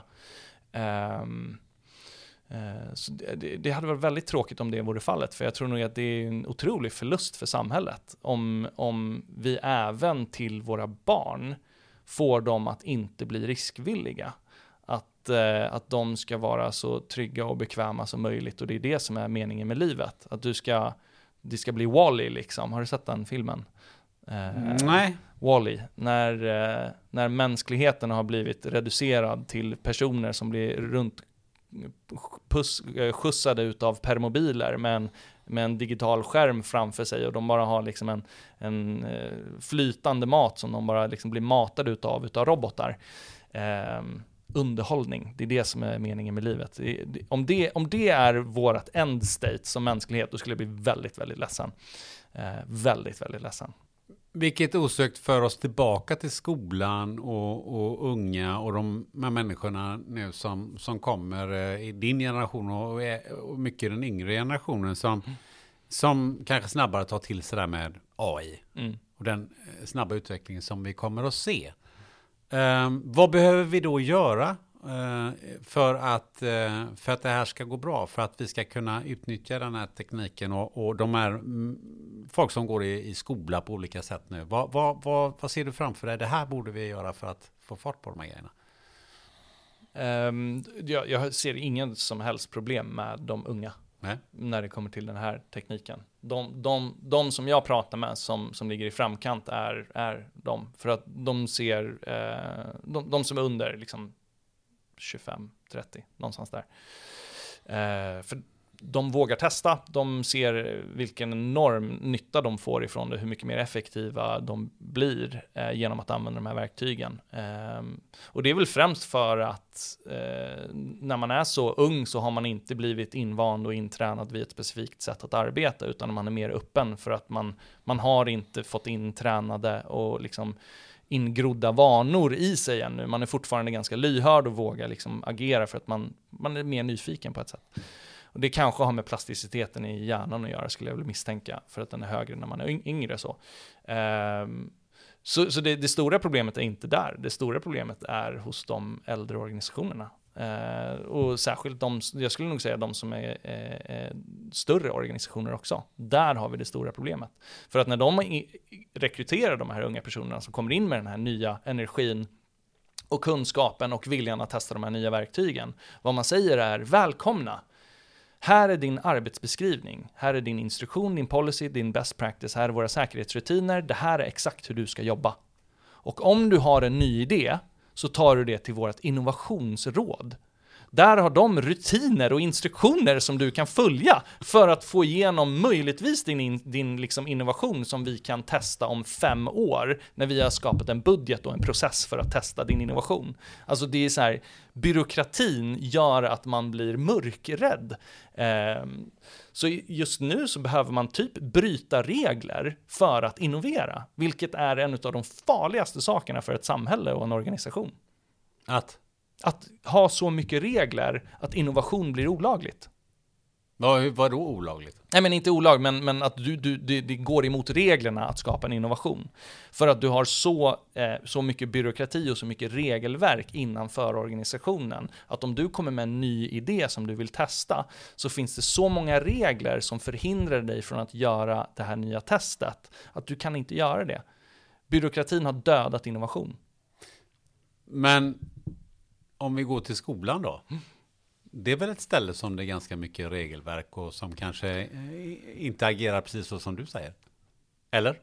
[SPEAKER 4] Så det hade varit väldigt tråkigt om det vore fallet, för jag tror nog att det är en otrolig förlust för samhället om vi även till våra barn får dem att inte bli riskvilliga. Att de ska vara så trygga och bekväma som möjligt, och det är det som är meningen med livet. Att det ska bli Wall-E liksom. Har du sett den filmen?
[SPEAKER 7] Nej.
[SPEAKER 4] Wall-E. När mänskligheten har blivit reducerad till personer som blir skjutsade utav permobiler med en digital skärm framför sig, och de bara har liksom en flytande mat som de bara liksom blir matade utav robotar. Underhållning, det är det som är meningen med livet. Om det är vårt end state som mänsklighet, då skulle jag bli väldigt, väldigt ledsen. Väldigt, väldigt ledsen.
[SPEAKER 7] Vilket osökt för oss tillbaka till skolan och unga och de här människorna nu som kommer i din generation och mycket den yngre generationen som kanske snabbare tar till sig där med AI och den snabba utvecklingen som vi kommer att se. Vad behöver vi då göra för att det här ska gå bra, för att vi ska kunna utnyttja den här tekniken och de här folk som går i skola på olika sätt nu? Vad ser du framför dig? Det här borde vi göra för att få fart på de här grejerna.
[SPEAKER 4] Jag ser ingen som helst problem med de unga.
[SPEAKER 7] Nej. När
[SPEAKER 4] det kommer till den här tekniken. De som jag pratar med som ligger i framkant är de. För att de ser de som är under liksom 25-30, någonstans där. För de vågar testa, de ser vilken enorm nytta de får ifrån det, hur mycket mer effektiva de blir genom att använda de här verktygen. Och det är väl främst för att när man är så ung så har man inte blivit invand och intränad vid ett specifikt sätt att arbeta, utan man är mer öppen för att man har inte fått intränade och liksom ingrodda vanor i sig ännu. Man är fortfarande ganska lyhörd och vågar liksom agera för att man är mer nyfiken på ett sätt. Och det kanske har med plasticiteten i hjärnan att göra, skulle jag väl misstänka, för att den är högre när man är yngre. Så det stora problemet är inte där. Det stora problemet är hos de äldre organisationerna. Och särskilt jag skulle nog säga de som är större organisationer också. Där har vi det stora problemet. För att när de rekryterar de här unga personerna som kommer in med den här nya energin och kunskapen och viljan att testa de här nya verktygen, vad man säger är: välkomna! Här är din arbetsbeskrivning, här är din instruktion, din policy, din best practice, här är våra säkerhetsrutiner, det här är exakt hur du ska jobba. Och om du har en ny idé så tar du det till vårt innovationsråd. Där har de rutiner och instruktioner som du kan följa för att få igenom möjligtvis din liksom innovation som vi kan testa om 5 år när vi har skapat en budget och en process för att testa din innovation. Alltså det är så här, byråkratin gör att man blir mörkrädd. Så just nu så behöver man typ bryta regler för att innovera, vilket är en av de farligaste sakerna för ett samhälle och en organisation. Att ha så mycket regler att innovation blir olagligt.
[SPEAKER 7] Vad då olagligt?
[SPEAKER 4] Nej, men inte olagligt, men att det går emot reglerna att skapa en innovation. För att du har så mycket byråkrati och så mycket regelverk innanför organisationen. Att om du kommer med en ny idé som du vill testa, så finns det så många regler som förhindrar dig från att göra det här nya testet. Att du kan inte göra det. Byråkratin har dödat innovation.
[SPEAKER 7] Men om vi går till skolan då. Det är väl ett ställe som det är ganska mycket regelverk och som kanske inte agerar precis så som du säger. Eller?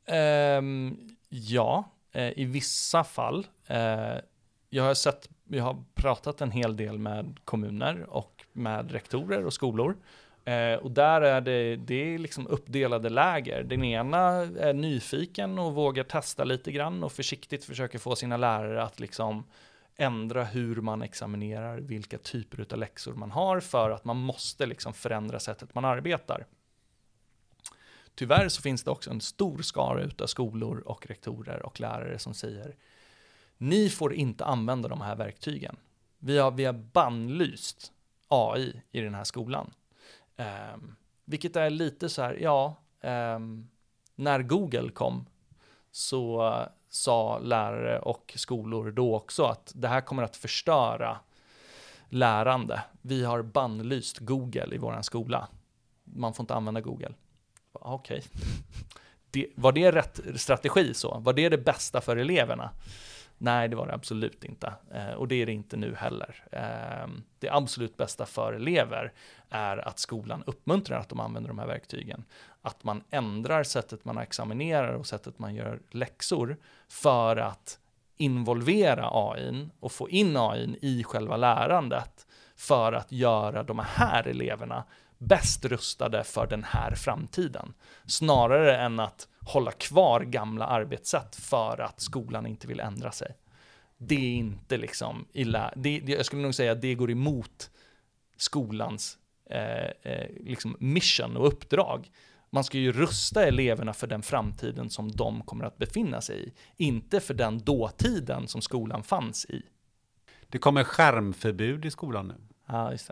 [SPEAKER 4] Ja, i vissa fall. Jag har pratat en hel del med kommuner och med rektorer och skolor. Och där är det är liksom uppdelade läger. Den ena är nyfiken och vågar testa lite grann och försiktigt försöker få sina lärare att liksom ändra hur man examinerar, vilka typer av läxor man har, för att man måste liksom förändra sättet man arbetar. Tyvärr så finns det också en stor skara utav skolor och rektorer och lärare som säger: ni får inte använda de här verktygen. Vi har bannlyst AI i den här skolan. Vilket är lite så här, när Google kom så sa lärare och skolor då också att det här kommer att förstöra lärande. Vi har bannlyst Google i våran skola. Man får inte använda Google. Okej. Var det rätt strategi så? Var det bästa för eleverna? Nej, det var det absolut inte. Och det är det inte nu heller. Det absolut bästa för elever är att skolan uppmuntrar att de använder de här verktygen. Att man ändrar sättet man examinerar och sättet man gör läxor för att involvera AI:n och få in AI:n i själva lärandet för att göra de här eleverna bäst rustade för den här framtiden. Snarare än att hålla kvar gamla arbetssätt för att skolan inte vill ändra sig. Det är inte liksom jag skulle nog säga att det går emot skolans liksom mission och uppdrag. Man ska ju rusta eleverna för den framtiden som de kommer att befinna sig i. Inte för den dåtiden som skolan fanns i.
[SPEAKER 7] Det kommer skärmförbud i skolan nu.
[SPEAKER 4] Ja, just det.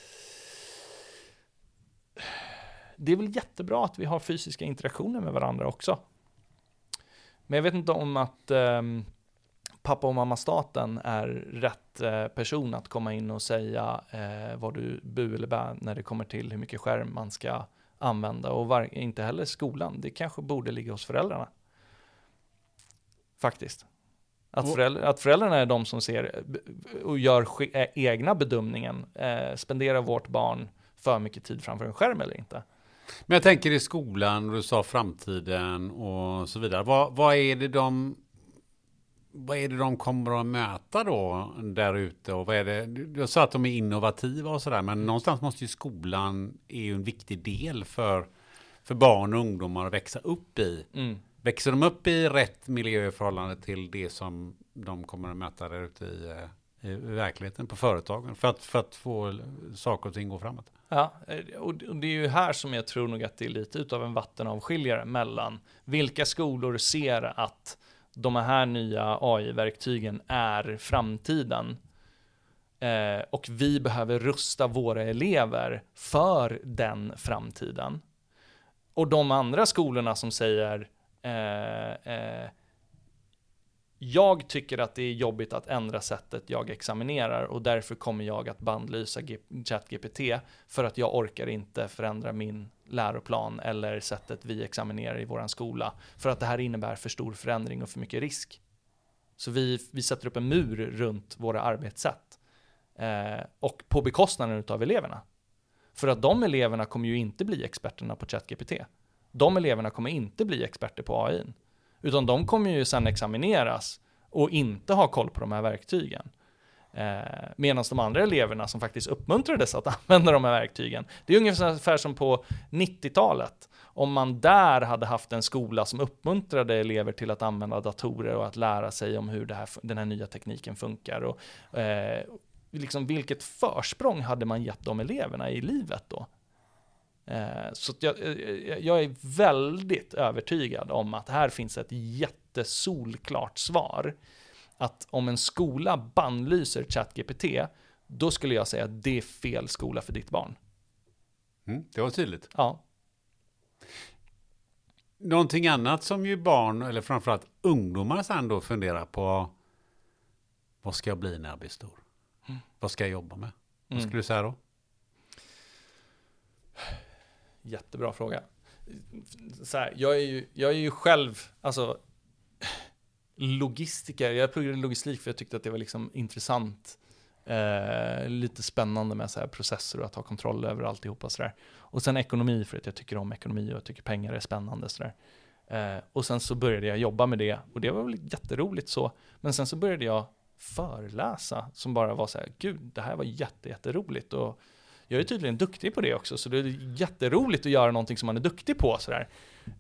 [SPEAKER 4] Det är väl jättebra att vi har fysiska interaktioner med varandra också. Men jag vet inte om att pappa och mamma staten är rätt person att komma in och säga vad du bu eller bä när det kommer till hur mycket skärm man ska använda. Och inte heller skolan. Det kanske borde ligga hos föräldrarna. Faktiskt. Att föräldrarna är de som ser och gör egna bedömningen. Spenderar vårt barn för mycket tid framför en skärm eller inte?
[SPEAKER 7] Men jag tänker i skolan, du sa framtiden och så vidare. Vad är det vad är det de kommer att möta då där ute? Och vad är det? Du sa att de är innovativa och sådär, men någonstans måste ju skolan är ju en viktig del för barn och ungdomar att växa upp i. Växer de upp i rätt miljö i förhållande till det som de kommer att möta där ute i verkligheten på företagen för att få saker och ting gå framåt?
[SPEAKER 4] Ja, och det är ju här som jag tror nog att det är lite utav en vattenavskiljare mellan vilka skolor ser att de här nya AI-verktygen är framtiden och vi behöver rusta våra elever för den framtiden. Och de andra skolorna som säger jag tycker att det är jobbigt att ändra sättet jag examinerar och därför kommer jag att bandlysa ChatGPT för att jag orkar inte förändra min läroplan eller sättet vi examinerar i våran skola för att det här innebär för stor förändring och för mycket risk. Så vi sätter upp en mur runt våra arbetssätt och på bekostnaden av eleverna. För att de eleverna kommer ju inte bli experterna på ChatGPT. De eleverna kommer inte bli experter på AI. Utan de kommer ju sedan examineras och inte ha koll på de här verktygen. Medan de andra eleverna som faktiskt uppmuntrades att använda de här verktygen. Det är ungefär som på 90-talet. Om man där hade haft en skola som uppmuntrade elever till att använda datorer och att lära sig om hur den här nya tekniken funkar. Och liksom vilket försprång hade man gett de eleverna i livet då? Så att jag är väldigt övertygad om att här finns ett jättesolklart svar. Att om en skola bannlyser ChatGPT, då skulle jag säga att det är fel skola för ditt barn.
[SPEAKER 7] Det var tydligt.
[SPEAKER 4] Ja.
[SPEAKER 7] Någonting annat som ju barn, eller framförallt ungdomar sen då funderar på, vad ska jag bli när jag blir stor? Vad ska jag jobba med? Vad skulle du säga då?
[SPEAKER 4] Jättebra fråga. Så här, jag är ju själv logistiker. Jag pluggade logistik för jag tyckte att det var liksom intressant. Lite spännande med så här processer och att ha kontroll över alltihopa sådär. Och sen ekonomi för att jag tycker om ekonomi och jag tycker pengar är spännande sådär. Och sen så började jag jobba med det och det var väl jätteroligt så. Men sen så började jag föreläsa som bara var så här, gud, det här var jätteroligt och jag är tydligen duktig på det också, så det är jätteroligt att göra någonting som man är duktig på sådär.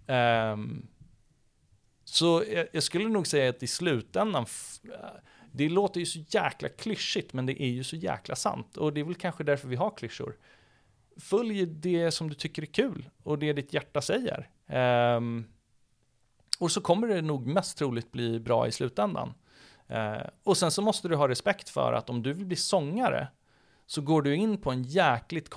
[SPEAKER 4] Så jag skulle nog säga att i slutändan, det låter ju så jäkla klyschigt, men det är ju så jäkla sant. Och det är väl kanske därför vi har klyschor. Följ det som du tycker är kul och det ditt hjärta säger. Och så kommer det nog mest troligt bli bra i slutändan. Och sen så måste du ha respekt för att om du vill bli sångare så går du in på en jäkligt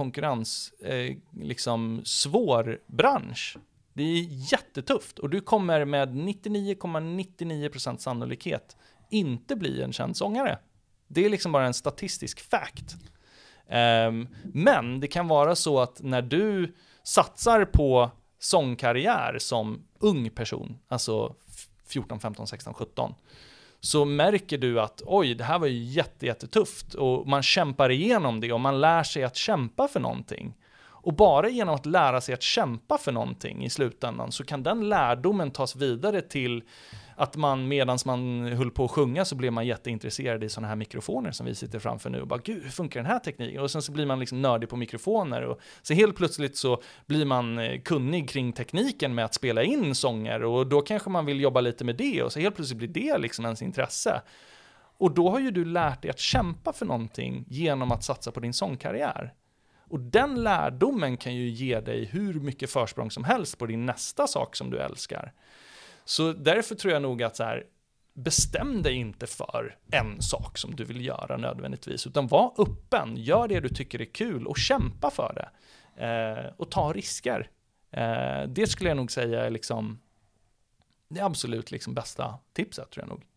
[SPEAKER 4] svår bransch. Det är jättetufft och du kommer med 99,99% sannolikhet inte bli en känd sångare. Det är liksom bara en statistisk fact. Men det kan vara så att när du satsar på sångkarriär som ung person, alltså 14, 15, 16, 17, så märker du att oj, det här var ju jättetufft och man kämpar igenom det och man lär sig att kämpa för någonting. Och bara genom att lära sig att kämpa för någonting i slutändan så kan den lärdomen tas vidare till att man medans man höll på att sjunga så blev man jätteintresserad i sådana här mikrofoner som vi sitter framför nu och bara gud, hur funkar den här tekniken? Och sen så blir man liksom nördig på mikrofoner och så helt plötsligt så blir man kunnig kring tekniken med att spela in sånger och då kanske man vill jobba lite med det och så helt plötsligt blir det liksom ens intresse. Och då har ju du lärt dig att kämpa för någonting genom att satsa på din sångkarriär. Och den lärdomen kan ju ge dig hur mycket försprång som helst på din nästa sak som du älskar. Så därför tror jag nog att så här, bestäm dig inte för en sak som du vill göra nödvändigtvis. Utan var öppen, gör det du tycker är kul och kämpa för det. Och ta risker. Det skulle jag nog säga är liksom det absolut liksom bästa tipset tror jag nog.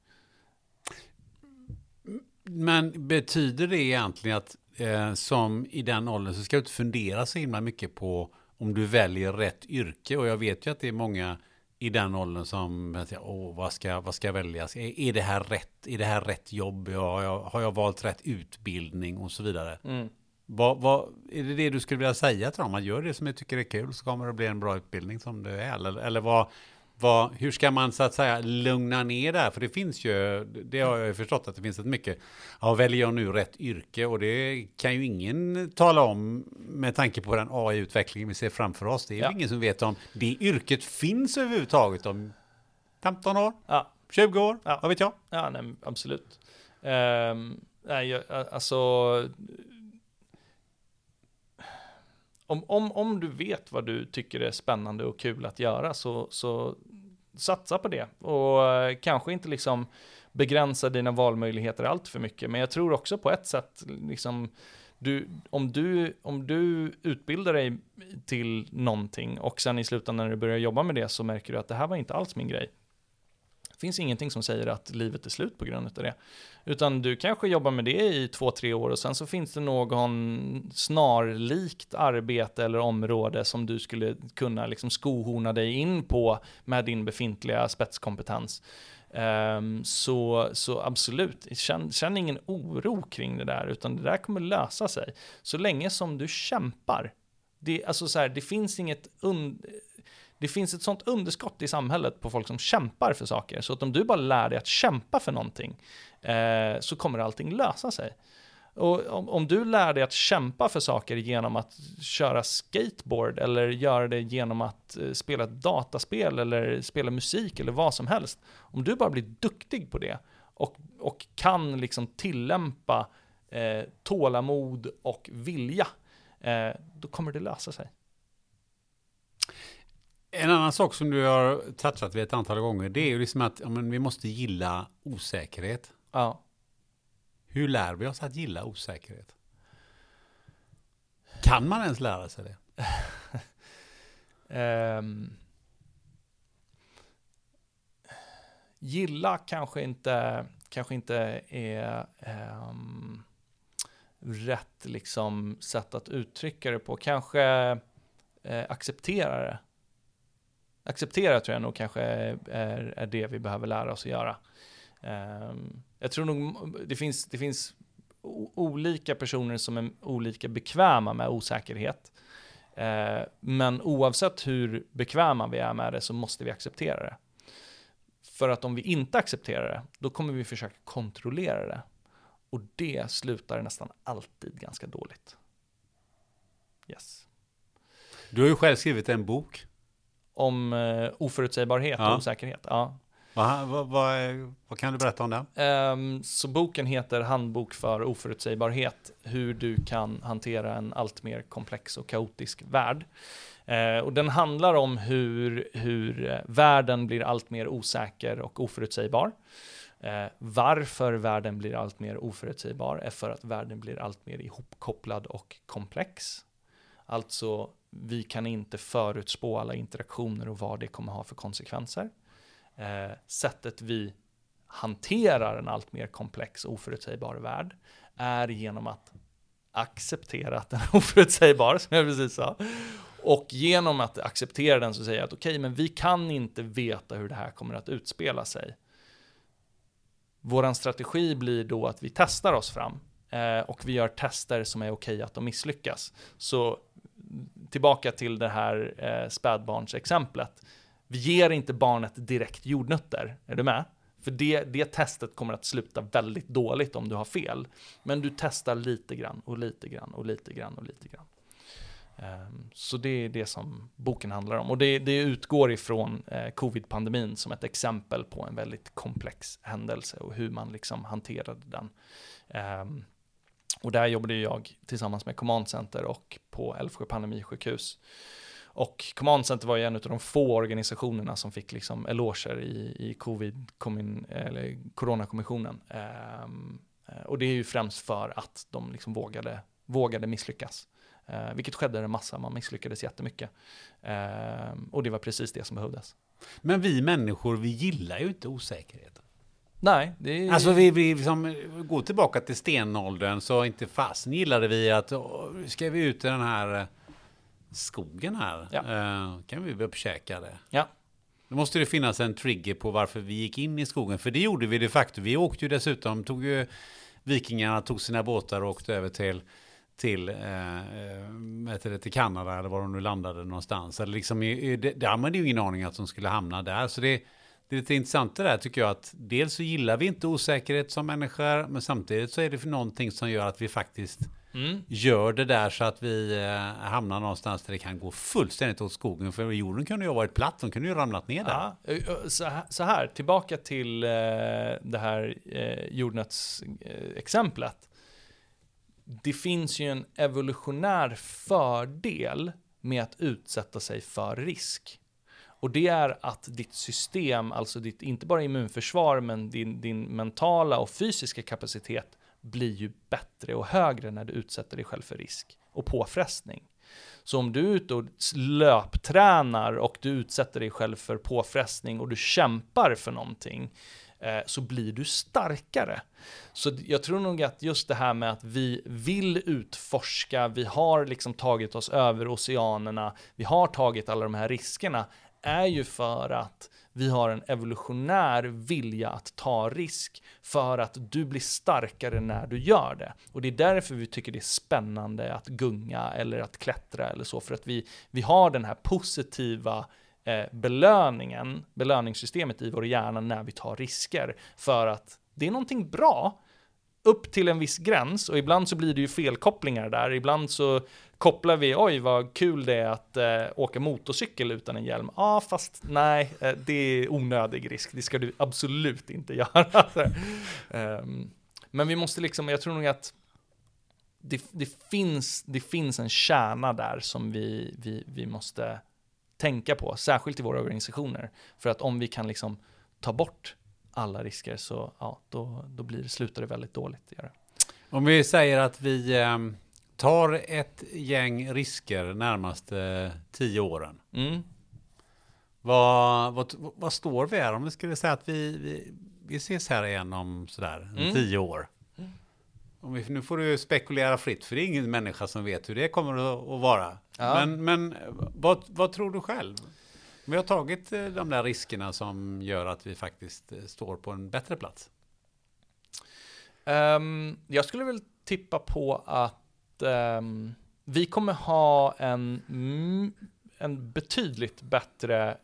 [SPEAKER 7] Men betyder det egentligen att som i den åldern så ska du inte fundera så himla mycket på om du väljer rätt yrke? Och jag vet ju att det är många i den åldern som säger, vad ska jag välja? Är det här rätt? Är det här rätt jobb? Har jag valt rätt utbildning och så vidare? Är det du skulle vilja säga till dem? Man gör det som jag tycker är kul så kommer det bli en bra utbildning som det är. Eller hur ska man så att säga lugna ner där? För det finns ju, det har jag ju förstått att det finns ett mycket, väljer jag nu rätt yrke? Och det kan ju ingen tala om med tanke på den AI-utvecklingen vi ser framför oss. Det är ju ingen som vet om det yrket finns överhuvudtaget om 15 år, 20 år, vad vet jag?
[SPEAKER 4] Ja, nej, absolut. Alltså... Om du vet vad du tycker är spännande och kul att göra så satsa på det. Och kanske inte liksom begränsa dina valmöjligheter allt för mycket. Men jag tror också på ett sätt, liksom, om du utbildar dig till någonting och sen i slutändan när du börjar jobba med det så märker du att det här var inte alls min grej. Det finns ingenting som säger att livet är slut på grund av det. Utan du kanske jobbar med det i 2-3 år och sen så finns det någon snarlikt arbete eller område som du skulle kunna liksom skohorna dig in på med din befintliga spetskompetens. Så absolut, känn ingen oro kring det där, utan det där kommer lösa sig. Så länge som du kämpar. Det finns inget... Det finns ett sånt underskott i samhället på folk som kämpar för saker. Så att om du bara lär dig att kämpa för någonting så kommer allting lösa sig. Och om du lär dig att kämpa för saker genom att köra skateboard eller göra det genom att spela ett dataspel eller spela musik eller vad som helst. Om du bara blir duktig på det och kan liksom tillämpa tålamod och vilja, då kommer det lösa sig.
[SPEAKER 7] En annan sak som du har touchat vid ett antal gånger, det är ju liksom att vi måste gilla osäkerhet.
[SPEAKER 4] Ja.
[SPEAKER 7] Hur lär vi oss att gilla osäkerhet? Kan man ens lära sig det?
[SPEAKER 4] Gilla kanske inte är rätt liksom sätt att uttrycka det på. Kanske acceptera det. Acceptera tror jag nog kanske är det vi behöver lära oss att göra. Jag tror nog det finns olika personer som är olika bekväma med osäkerhet. Men oavsett hur bekväma vi är med det så måste vi acceptera det. För att om vi inte accepterar det, då kommer vi försöka kontrollera det. Och det slutar nästan alltid ganska dåligt. Yes.
[SPEAKER 7] Du har ju själv skrivit en bok.
[SPEAKER 4] Om oförutsägbarhet och osäkerhet. Ja.
[SPEAKER 7] Vad kan du berätta om den?
[SPEAKER 4] Så boken heter Handbok för oförutsägbarhet. Hur du kan hantera en allt mer komplex och kaotisk värld. Och den handlar om hur världen blir allt mer osäker och oförutsägbar. Varför världen blir allt mer oförutsägbar är för att världen blir allt mer ihopkopplad och komplex. Alltså, vi kan inte förutspå alla interaktioner och vad det kommer ha för konsekvenser. Sättet vi hanterar en allt mer komplex och oförutsägbar värld är genom att acceptera att den är oförutsägbar, som jag precis sa. Och genom att acceptera den så säger jag att okej, men vi kan inte veta hur det här kommer att utspela sig. Våran strategi blir då att vi testar oss fram. Och vi gör tester som är okej att de misslyckas. Så tillbaka till det här spädbarnsexemplet. Vi ger inte barnet direkt jordnötter. Är du med? För det testet kommer att sluta väldigt dåligt om du har fel. Men du testar lite grann och lite grann och lite grann och lite grann. Så det är det som boken handlar om. Och det utgår ifrån covid-pandemin som ett exempel på en väldigt komplex händelse och hur man liksom hanterade den. Och där jobbade jag tillsammans med Command Center och på Älvsjö pandemisjukhus. Och Command Center var ju en av de få organisationerna som fick liksom eloger i coronakommissionen. Och det är ju främst för att de liksom vågade misslyckas. Vilket skedde en massa, man misslyckades jättemycket. Och det var precis det som behövdes.
[SPEAKER 7] Men vi människor, vi gillar ju inte osäkerhet.
[SPEAKER 4] Nej, det är...
[SPEAKER 7] Alltså vi liksom går tillbaka till stenåldern, så inte fasen gillade vi att ska vi ut i den här skogen här, kan vi uppkäka det.
[SPEAKER 4] Ja.
[SPEAKER 7] Då måste det finnas en trigger på varför vi gick in i skogen, för det gjorde vi de facto. Vi åkte ju dessutom, vikingarna tog sina båtar och åkte över till Kanada eller var de nu landade någonstans. Eller liksom, där har man ju ingen aning att de skulle hamna där. Så det är lite intressant det där, tycker jag, att dels så gillar vi inte osäkerhet som människor, men samtidigt så är det för någonting som gör att vi faktiskt gör det där så att vi hamnar någonstans där det kan gå fullständigt åt skogen. För jorden kunde ju ha varit platt, de kunde ju ramlat ner där.
[SPEAKER 4] Ja, så här, tillbaka till det här jordnötsexemplet. Det finns ju en evolutionär fördel med att utsätta sig för risk. Och det är att ditt system, alltså ditt inte bara immunförsvar, men din mentala och fysiska kapacitet blir ju bättre och högre när du utsätter dig själv för risk och påfrestning. Så om du är ute och löptränar och du utsätter dig själv för påfrestning och du kämpar för någonting, så blir du starkare. Så jag tror nog att just det här med att vi vill utforska, vi har liksom tagit oss över oceanerna, vi har tagit alla de här riskerna, är ju för att vi har en evolutionär vilja att ta risk, för att du blir starkare när du gör det. Och det är därför vi tycker det är spännande att gunga eller att klättra eller så, för att vi har den här positiva belöningssystemet i vår hjärna när vi tar risker, för att det är någonting bra upp till en viss gräns, och ibland så blir det ju felkopplingar där. Ibland så kopplar vi, oj vad kul det är att åka motorcykel utan en hjälm. Ja, fast nej, det är onödig risk. Det ska du absolut inte göra. Men vi måste liksom, jag tror nog att det finns en kärna där som vi måste tänka på, särskilt i våra organisationer. För att om vi kan liksom ta bort alla risker, så ja, då slutar det väldigt dåligt.
[SPEAKER 7] Om vi säger att vi tar ett gäng risker närmaste 10 åren. Vad står vi här? Om vi skulle säga att vi ses här igen om sådär 10 år. Nu får du spekulera fritt, för det är ingen människa som vet hur det kommer att vara. Ja. Men vad tror du själv? Vi har tagit de där riskerna som gör att vi faktiskt står på en bättre plats.
[SPEAKER 4] Jag skulle väl tippa på att vi kommer ha en betydligt bättre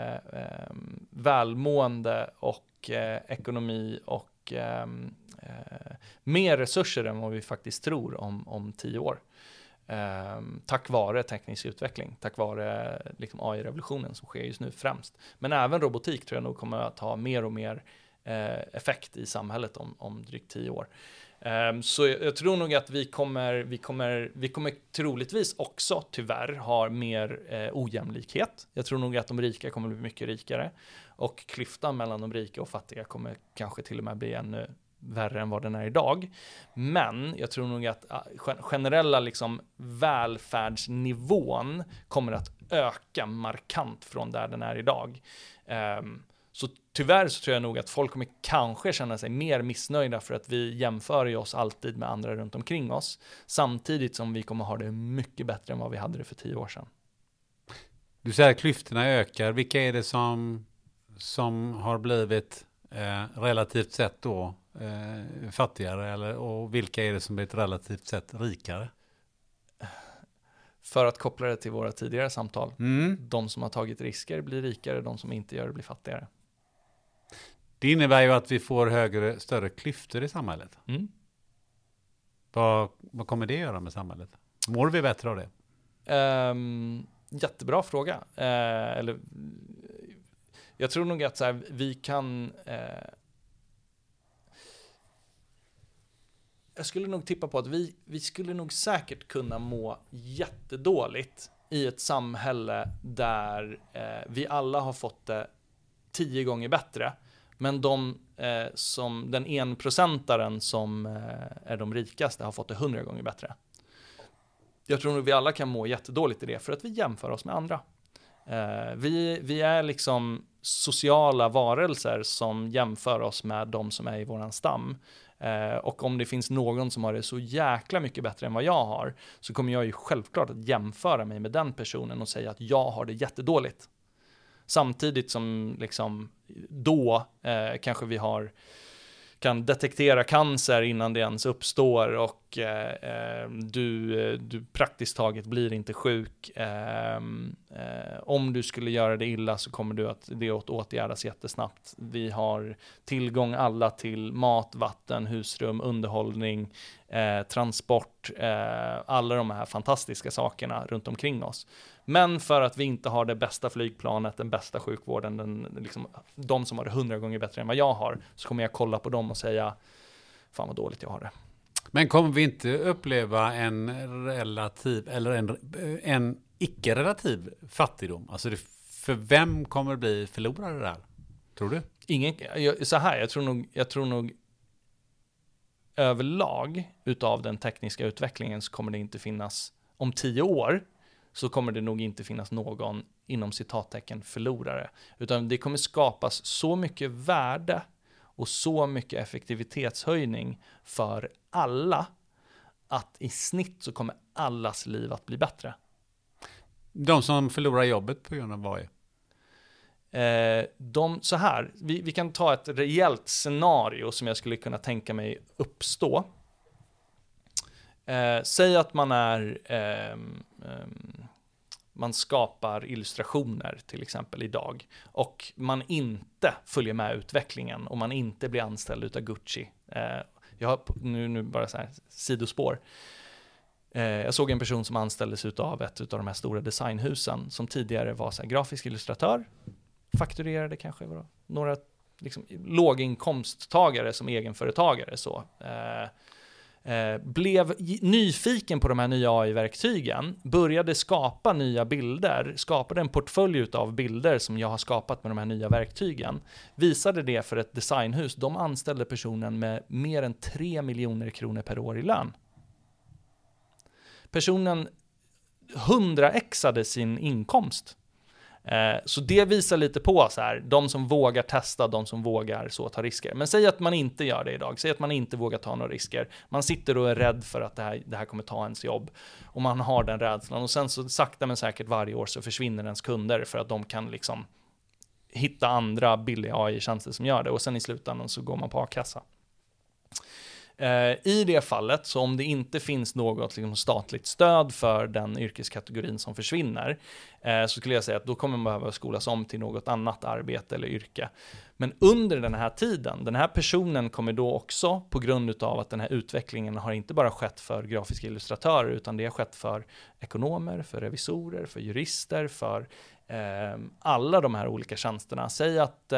[SPEAKER 4] välmående och ekonomi och mer resurser än vad vi faktiskt tror om 10 år. Tack vare teknisk utveckling, tack vare liksom AI-revolutionen som sker just nu främst. Men även robotik tror jag nog kommer att ha mer och mer effekt i samhället om drygt 10 år. Så jag tror nog att vi kommer troligtvis också tyvärr ha mer ojämlikhet. Jag tror nog att de rika kommer bli mycket rikare, och klyftan mellan de rika och fattiga kommer kanske till och med bli ännu värre än vad den är idag. Men jag tror nog att generella liksom välfärdsnivån kommer att öka markant från där den är idag. Så tyvärr så tror jag nog att folk kommer kanske känna sig mer missnöjda för att vi jämför oss alltid med andra runt omkring oss, samtidigt som vi kommer ha det mycket bättre än vad vi hade det för 10 år sedan.
[SPEAKER 7] Du säger att klyftorna ökar. Vilka är det som har blivit relativt sett då fattigare, och vilka är det som blivit relativt sett rikare?
[SPEAKER 4] För att koppla det till våra tidigare samtal. De som har tagit risker blir rikare, de som inte gör det blir fattigare.
[SPEAKER 7] Det innebär ju att vi får större klyftor i samhället. Vad kommer det göra med samhället? Mår vi bättre av det?
[SPEAKER 4] Jättebra fråga. Jag tror nog att så här, vi kan... Jag skulle nog tippa på att vi skulle nog säkert kunna må jättedåligt i ett samhälle där vi alla har fått det 10 gånger bättre. Men den 1% som är de rikaste har fått det 100 gånger bättre. Jag tror nog vi alla kan må jättedåligt i det, för att vi jämför oss med andra. Vi är liksom sociala varelser som jämför oss med de som är i våran stam. Och om det finns någon som har det så jäkla mycket bättre än vad jag har, så kommer jag ju självklart att jämföra mig med den personen och säga att jag har det jättedåligt. Samtidigt som liksom kanske vi kan detektera cancer innan det ens uppstår, och och du praktiskt taget blir inte sjuk. Om du skulle göra det illa så kommer det åtgärdas jättesnabbt. Vi har tillgång alla till mat, vatten, husrum, underhållning, transport, alla de här fantastiska sakerna runt omkring oss. Men för att vi inte har det bästa flygplanet, den bästa sjukvården, de som har det 100 gånger bättre än vad jag har, så kommer jag kolla på dem och säga, fan vad dåligt jag har det.
[SPEAKER 7] Men kommer vi inte uppleva en relativ eller en icke-relativ fattigdom? Alltså för vem kommer det bli förlorare där? Tror du?
[SPEAKER 4] Jag tror nog överlag utav den tekniska utvecklingen så kommer det inte finnas, om 10 år så kommer det nog inte finnas någon inom citattecken förlorare. Utan det kommer skapas så mycket värde och så mycket effektivitetshöjning för alla att i snitt så kommer allas liv att bli bättre.
[SPEAKER 7] De som förlorar jobbet på grund av vad är?
[SPEAKER 4] Vi kan ta ett rejält scenario som jag skulle kunna tänka mig uppstå. Säg att man skapar illustrationer till exempel idag och man inte följer med utvecklingen och man inte blir anställd utav Gucci. Jag har nu bara så här sidospår. Jag såg en person som anställdes utav ett utav de här stora designhusen som tidigare var så här grafisk illustratör, fakturerade kanske några liksom låginkomsttagare som egenföretagare så. Blev nyfiken på de här nya AI-verktygen, började skapa nya bilder, skapade en portfölj av bilder som jag har skapat med de här nya verktygen, visade det för ett designhus. De anställde personen med mer än 3 miljoner kronor per år i lön. Personen 100xade sin inkomst. Så det visar lite på så här, de som vågar testa, de som vågar så ta risker. Men säg att man inte gör det idag, säg att man inte vågar ta några risker. Man sitter och är rädd för att det här kommer ta ens jobb. Och man har den rädslan och sen så sakta men säkert varje år så försvinner ens kunder för att de kan liksom hitta andra billiga AI-tjänster som gör det. Och sen i slutändan så går man på a-kassa. I det fallet, så om det inte finns något liksom statligt stöd för den yrkeskategorin som försvinner, så skulle jag säga att då kommer man behöva skolas om till något annat arbete eller yrke. Men under den här tiden, den här personen kommer då också, på grund av att den här utvecklingen har inte bara skett för grafiska illustratörer, utan det har skett för ekonomer, för revisorer, för jurister, för alla de här olika tjänsterna. Säg att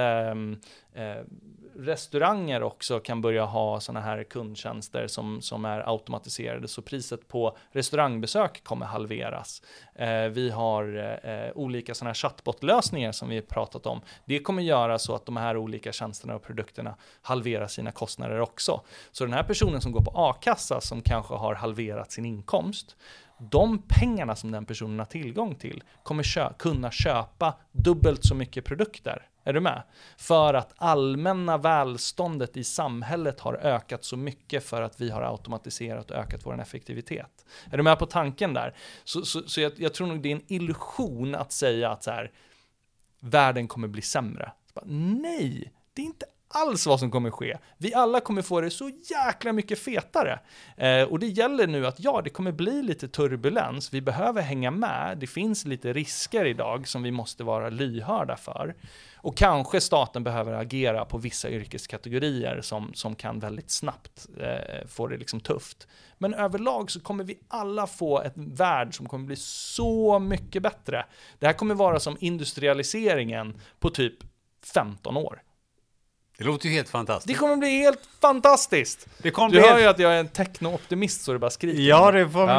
[SPEAKER 4] restauranger också kan börja ha såna här kundtjänster som är automatiserade, så priset på restaurangbesök kommer halveras. Vi har olika såna här chatbotlösningar som vi pratat om. Det kommer göra så att de här olika tjänsterna och produkterna halverar sina kostnader också. Så den här personen som går på a-kassa som kanske har halverat sin inkomst, de pengarna som den personen har tillgång till kommer kunna köpa dubbelt så mycket produkter. Är du med? För att allmänna välståndet i samhället har ökat så mycket för att vi har automatiserat och ökat vår effektivitet. Är du med på tanken där? Så jag tror nog det är en illusion att säga att så här, världen kommer bli sämre. Nej, det är inte alls vad som kommer ske. Vi alla kommer få det så jäkla mycket fetare. Och det gäller nu att det kommer bli lite turbulens. Vi behöver hänga med. Det finns lite risker idag som vi måste vara lyhörda för. Och kanske staten behöver agera på vissa yrkeskategorier som kan väldigt snabbt få det liksom tufft. Men överlag så kommer vi alla få ett värld som kommer bli så mycket bättre. Det här kommer vara som industrialiseringen på typ 15 år.
[SPEAKER 7] Det låter ju helt fantastiskt.
[SPEAKER 4] Det kommer bli helt fantastiskt.
[SPEAKER 7] Det kommer
[SPEAKER 4] du hör ju att jag är en techno-optimist så det bara skriker.
[SPEAKER 7] Ja,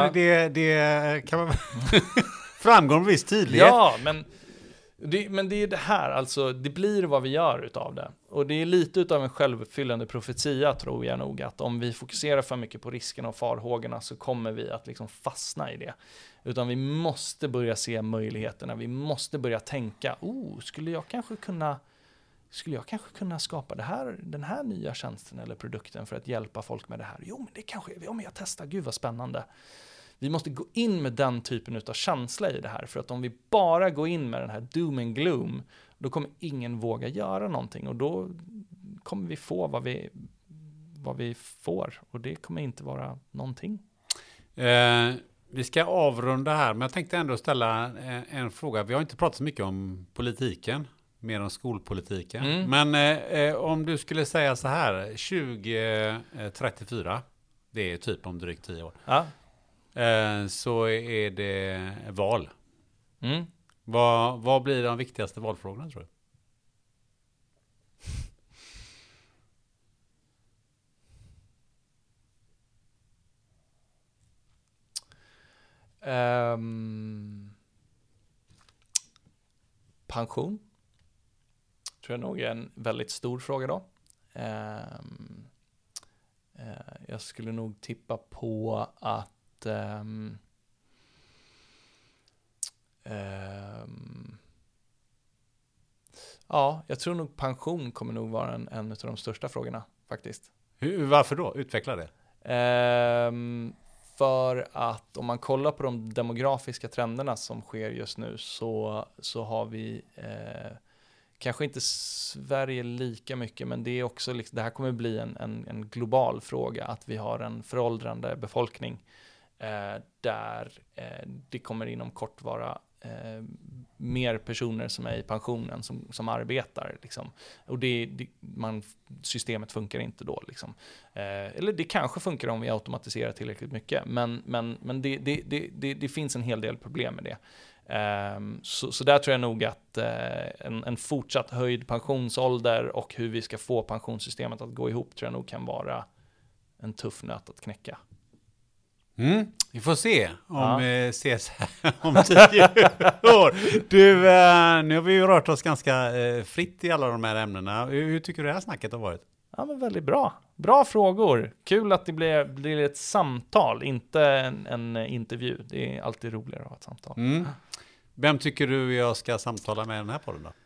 [SPEAKER 7] det kan man framgå en viss tydlighet.
[SPEAKER 4] Ja, men det är det här. Alltså, det blir vad vi gör utav det. Och det är lite utav en självuppfyllande profetia, tror jag nog. Att om vi fokuserar för mycket på riskerna och farhågorna så kommer vi att liksom fastna i det. Utan vi måste börja se möjligheterna. Vi måste börja tänka, skulle jag kanske kunna skapa den här nya tjänsten eller produkten för att hjälpa folk med det här? Jo, men det kanske om jag testar, gud vad spännande. Vi måste gå in med den typen av känsla i det här, för att om vi bara går in med den här doom and gloom, då kommer ingen våga göra någonting och då kommer vi få vad vi får. Och det kommer inte vara någonting.
[SPEAKER 7] Vi ska avrunda här, men jag tänkte ändå ställa en fråga. Vi har inte pratat så mycket om politiken, mer om skolpolitiken. Men om du skulle säga så här, 2034, det är typ om drygt 10 år, så är det val. Vad blir de viktigaste valfrågorna, tror du?
[SPEAKER 4] Pension tror jag nog är en väldigt stor fråga då. Jag skulle nog tippa på att jag tror nog pension kommer nog vara en av de största frågorna faktiskt.
[SPEAKER 7] Varför då? Utveckla det.
[SPEAKER 4] För att om man kollar på de demografiska trenderna som sker just nu så har vi kanske inte Sverige lika mycket, men det är också liksom, det här kommer bli en global fråga, att vi har en föråldrande befolkning där det kommer inom kort vara mer personer som är i pensionen som arbetar liksom. Och systemet funkar inte då liksom. Eller det kanske funkar om vi automatiserar tillräckligt mycket, men det finns en hel del problem med det. Så där tror jag nog att en fortsatt höjd pensionsålder och hur vi ska få pensionssystemet att gå ihop tror jag nog kan vara en tuff nöt att knäcka.
[SPEAKER 7] Vi får se om vi ses här om 10 år. Nu har vi ju rört oss ganska fritt i alla de här ämnena. Hur tycker du det här snacket har varit?
[SPEAKER 4] Ja, men väldigt bra. Bra frågor. Kul att det blir ett samtal, inte en intervju. Det är alltid roligare att ha ett samtal.
[SPEAKER 7] Vem tycker du jag ska samtala med i den här podden då?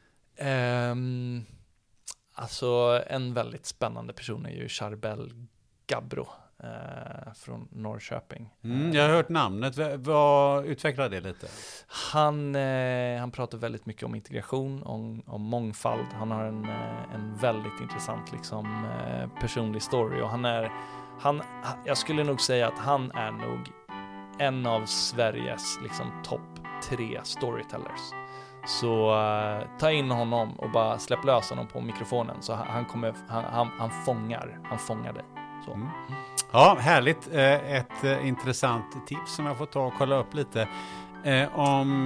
[SPEAKER 4] Alltså en väldigt spännande person är ju Charbel Gabbro från Norrköping.
[SPEAKER 7] Jag har hört namnet. Utveckla det lite.
[SPEAKER 4] Han pratar väldigt mycket om integration, om mångfald. Han har en väldigt intressant liksom, personlig story. Och jag skulle nog säga att han är nog en av Sveriges liksom, topp 3 storytellers. Så ta in honom och bara släpp lös honom på mikrofonen, så han fångar dig. Så.
[SPEAKER 7] Ja, härligt. Ett intressant tips som jag får ta och kolla upp lite. Om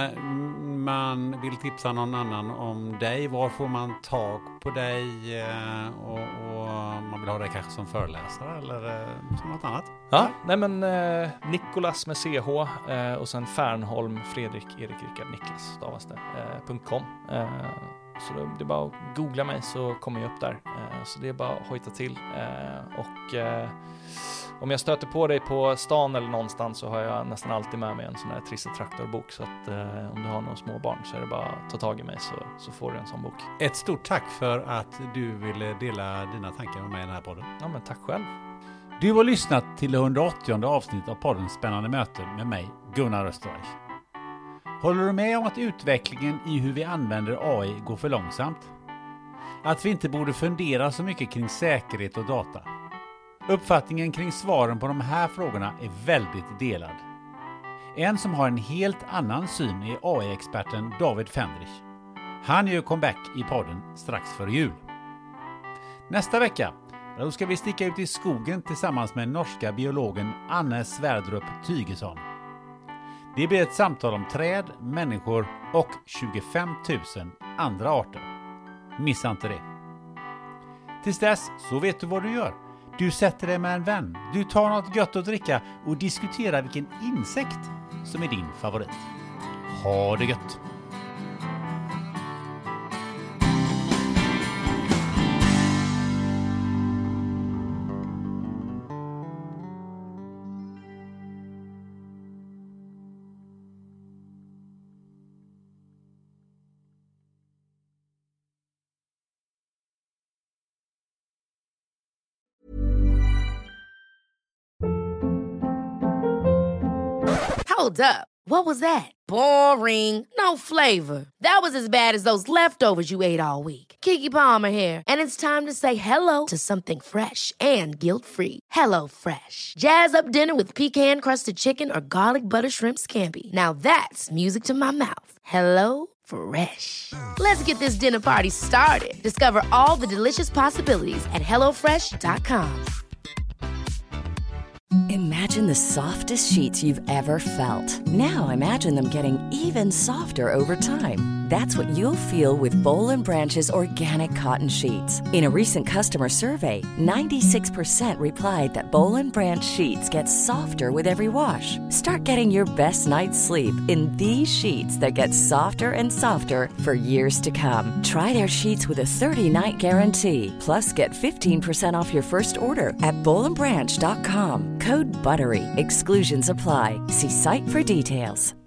[SPEAKER 7] man vill tipsa någon annan om dig, var får man tag på dig och man vill ha dig kanske som föreläsare eller som något annat?
[SPEAKER 4] Ja, nej men Nicolas med CH och sen Fernholm, Fredrik, Erik, Rickard, Niklas stavas det, .com. Så det är bara att googla mig så kommer jag upp där. Så det är bara att hojta till. Och om jag stöter på dig på stan eller någonstans så har jag nästan alltid med mig en sån här Trisse Traktor-bok. Så att om du har några små barn så är det bara att ta tag i mig så får du en sån bok.
[SPEAKER 7] Ett stort tack för att du ville dela dina tankar med mig i den här podden.
[SPEAKER 4] Ja, men tack själv.
[SPEAKER 5] Du har lyssnat till det 180:e avsnitt av podden Spännande möten med mig, Gunnar Österreich. Håller du med om att utvecklingen i hur vi använder AI går för långsamt? Att vi inte borde fundera så mycket kring säkerhet och data? Uppfattningen kring svaren på de här frågorna är väldigt delad. En som har en helt annan syn är AI-experten David Fendrich. Han gör comeback i podden strax före jul. Nästa vecka då ska vi sticka ut i skogen tillsammans med norska biologen Anne Sverdrup Tygesson. Det blir ett samtal om träd, människor och 25 000 andra arter. Missa inte det. Tills dess så vet du vad du gör. Du sätter dig med en vän. Du tar något gött att dricka och diskuterar vilken insekt som är din favorit. Ha det gött!
[SPEAKER 3] Hold up. What was that? Boring. No flavor. That was as bad as those leftovers you ate all week. Keke Palmer here, and it's time to say hello to something fresh and guilt-free. Hello Fresh. Jazz up dinner with pecan-crusted chicken or garlic butter shrimp scampi. Now that's music to my mouth. Hello Fresh. Let's get this dinner party started. Discover all the delicious possibilities at hellofresh.com.
[SPEAKER 8] Imagine the softest sheets you've ever felt. Now imagine them getting even softer over time. That's what you'll feel with Boll & Branch's organic cotton sheets. In a recent customer survey, 96% replied that Boll & Branch sheets get softer with every wash. Start getting your best night's sleep in these sheets that get softer and softer for years to come. Try their sheets with a 30-night guarantee. Plus, get 15% off your first order at bollandbranch.com. Code BUTTERY. Exclusions apply. See site for details.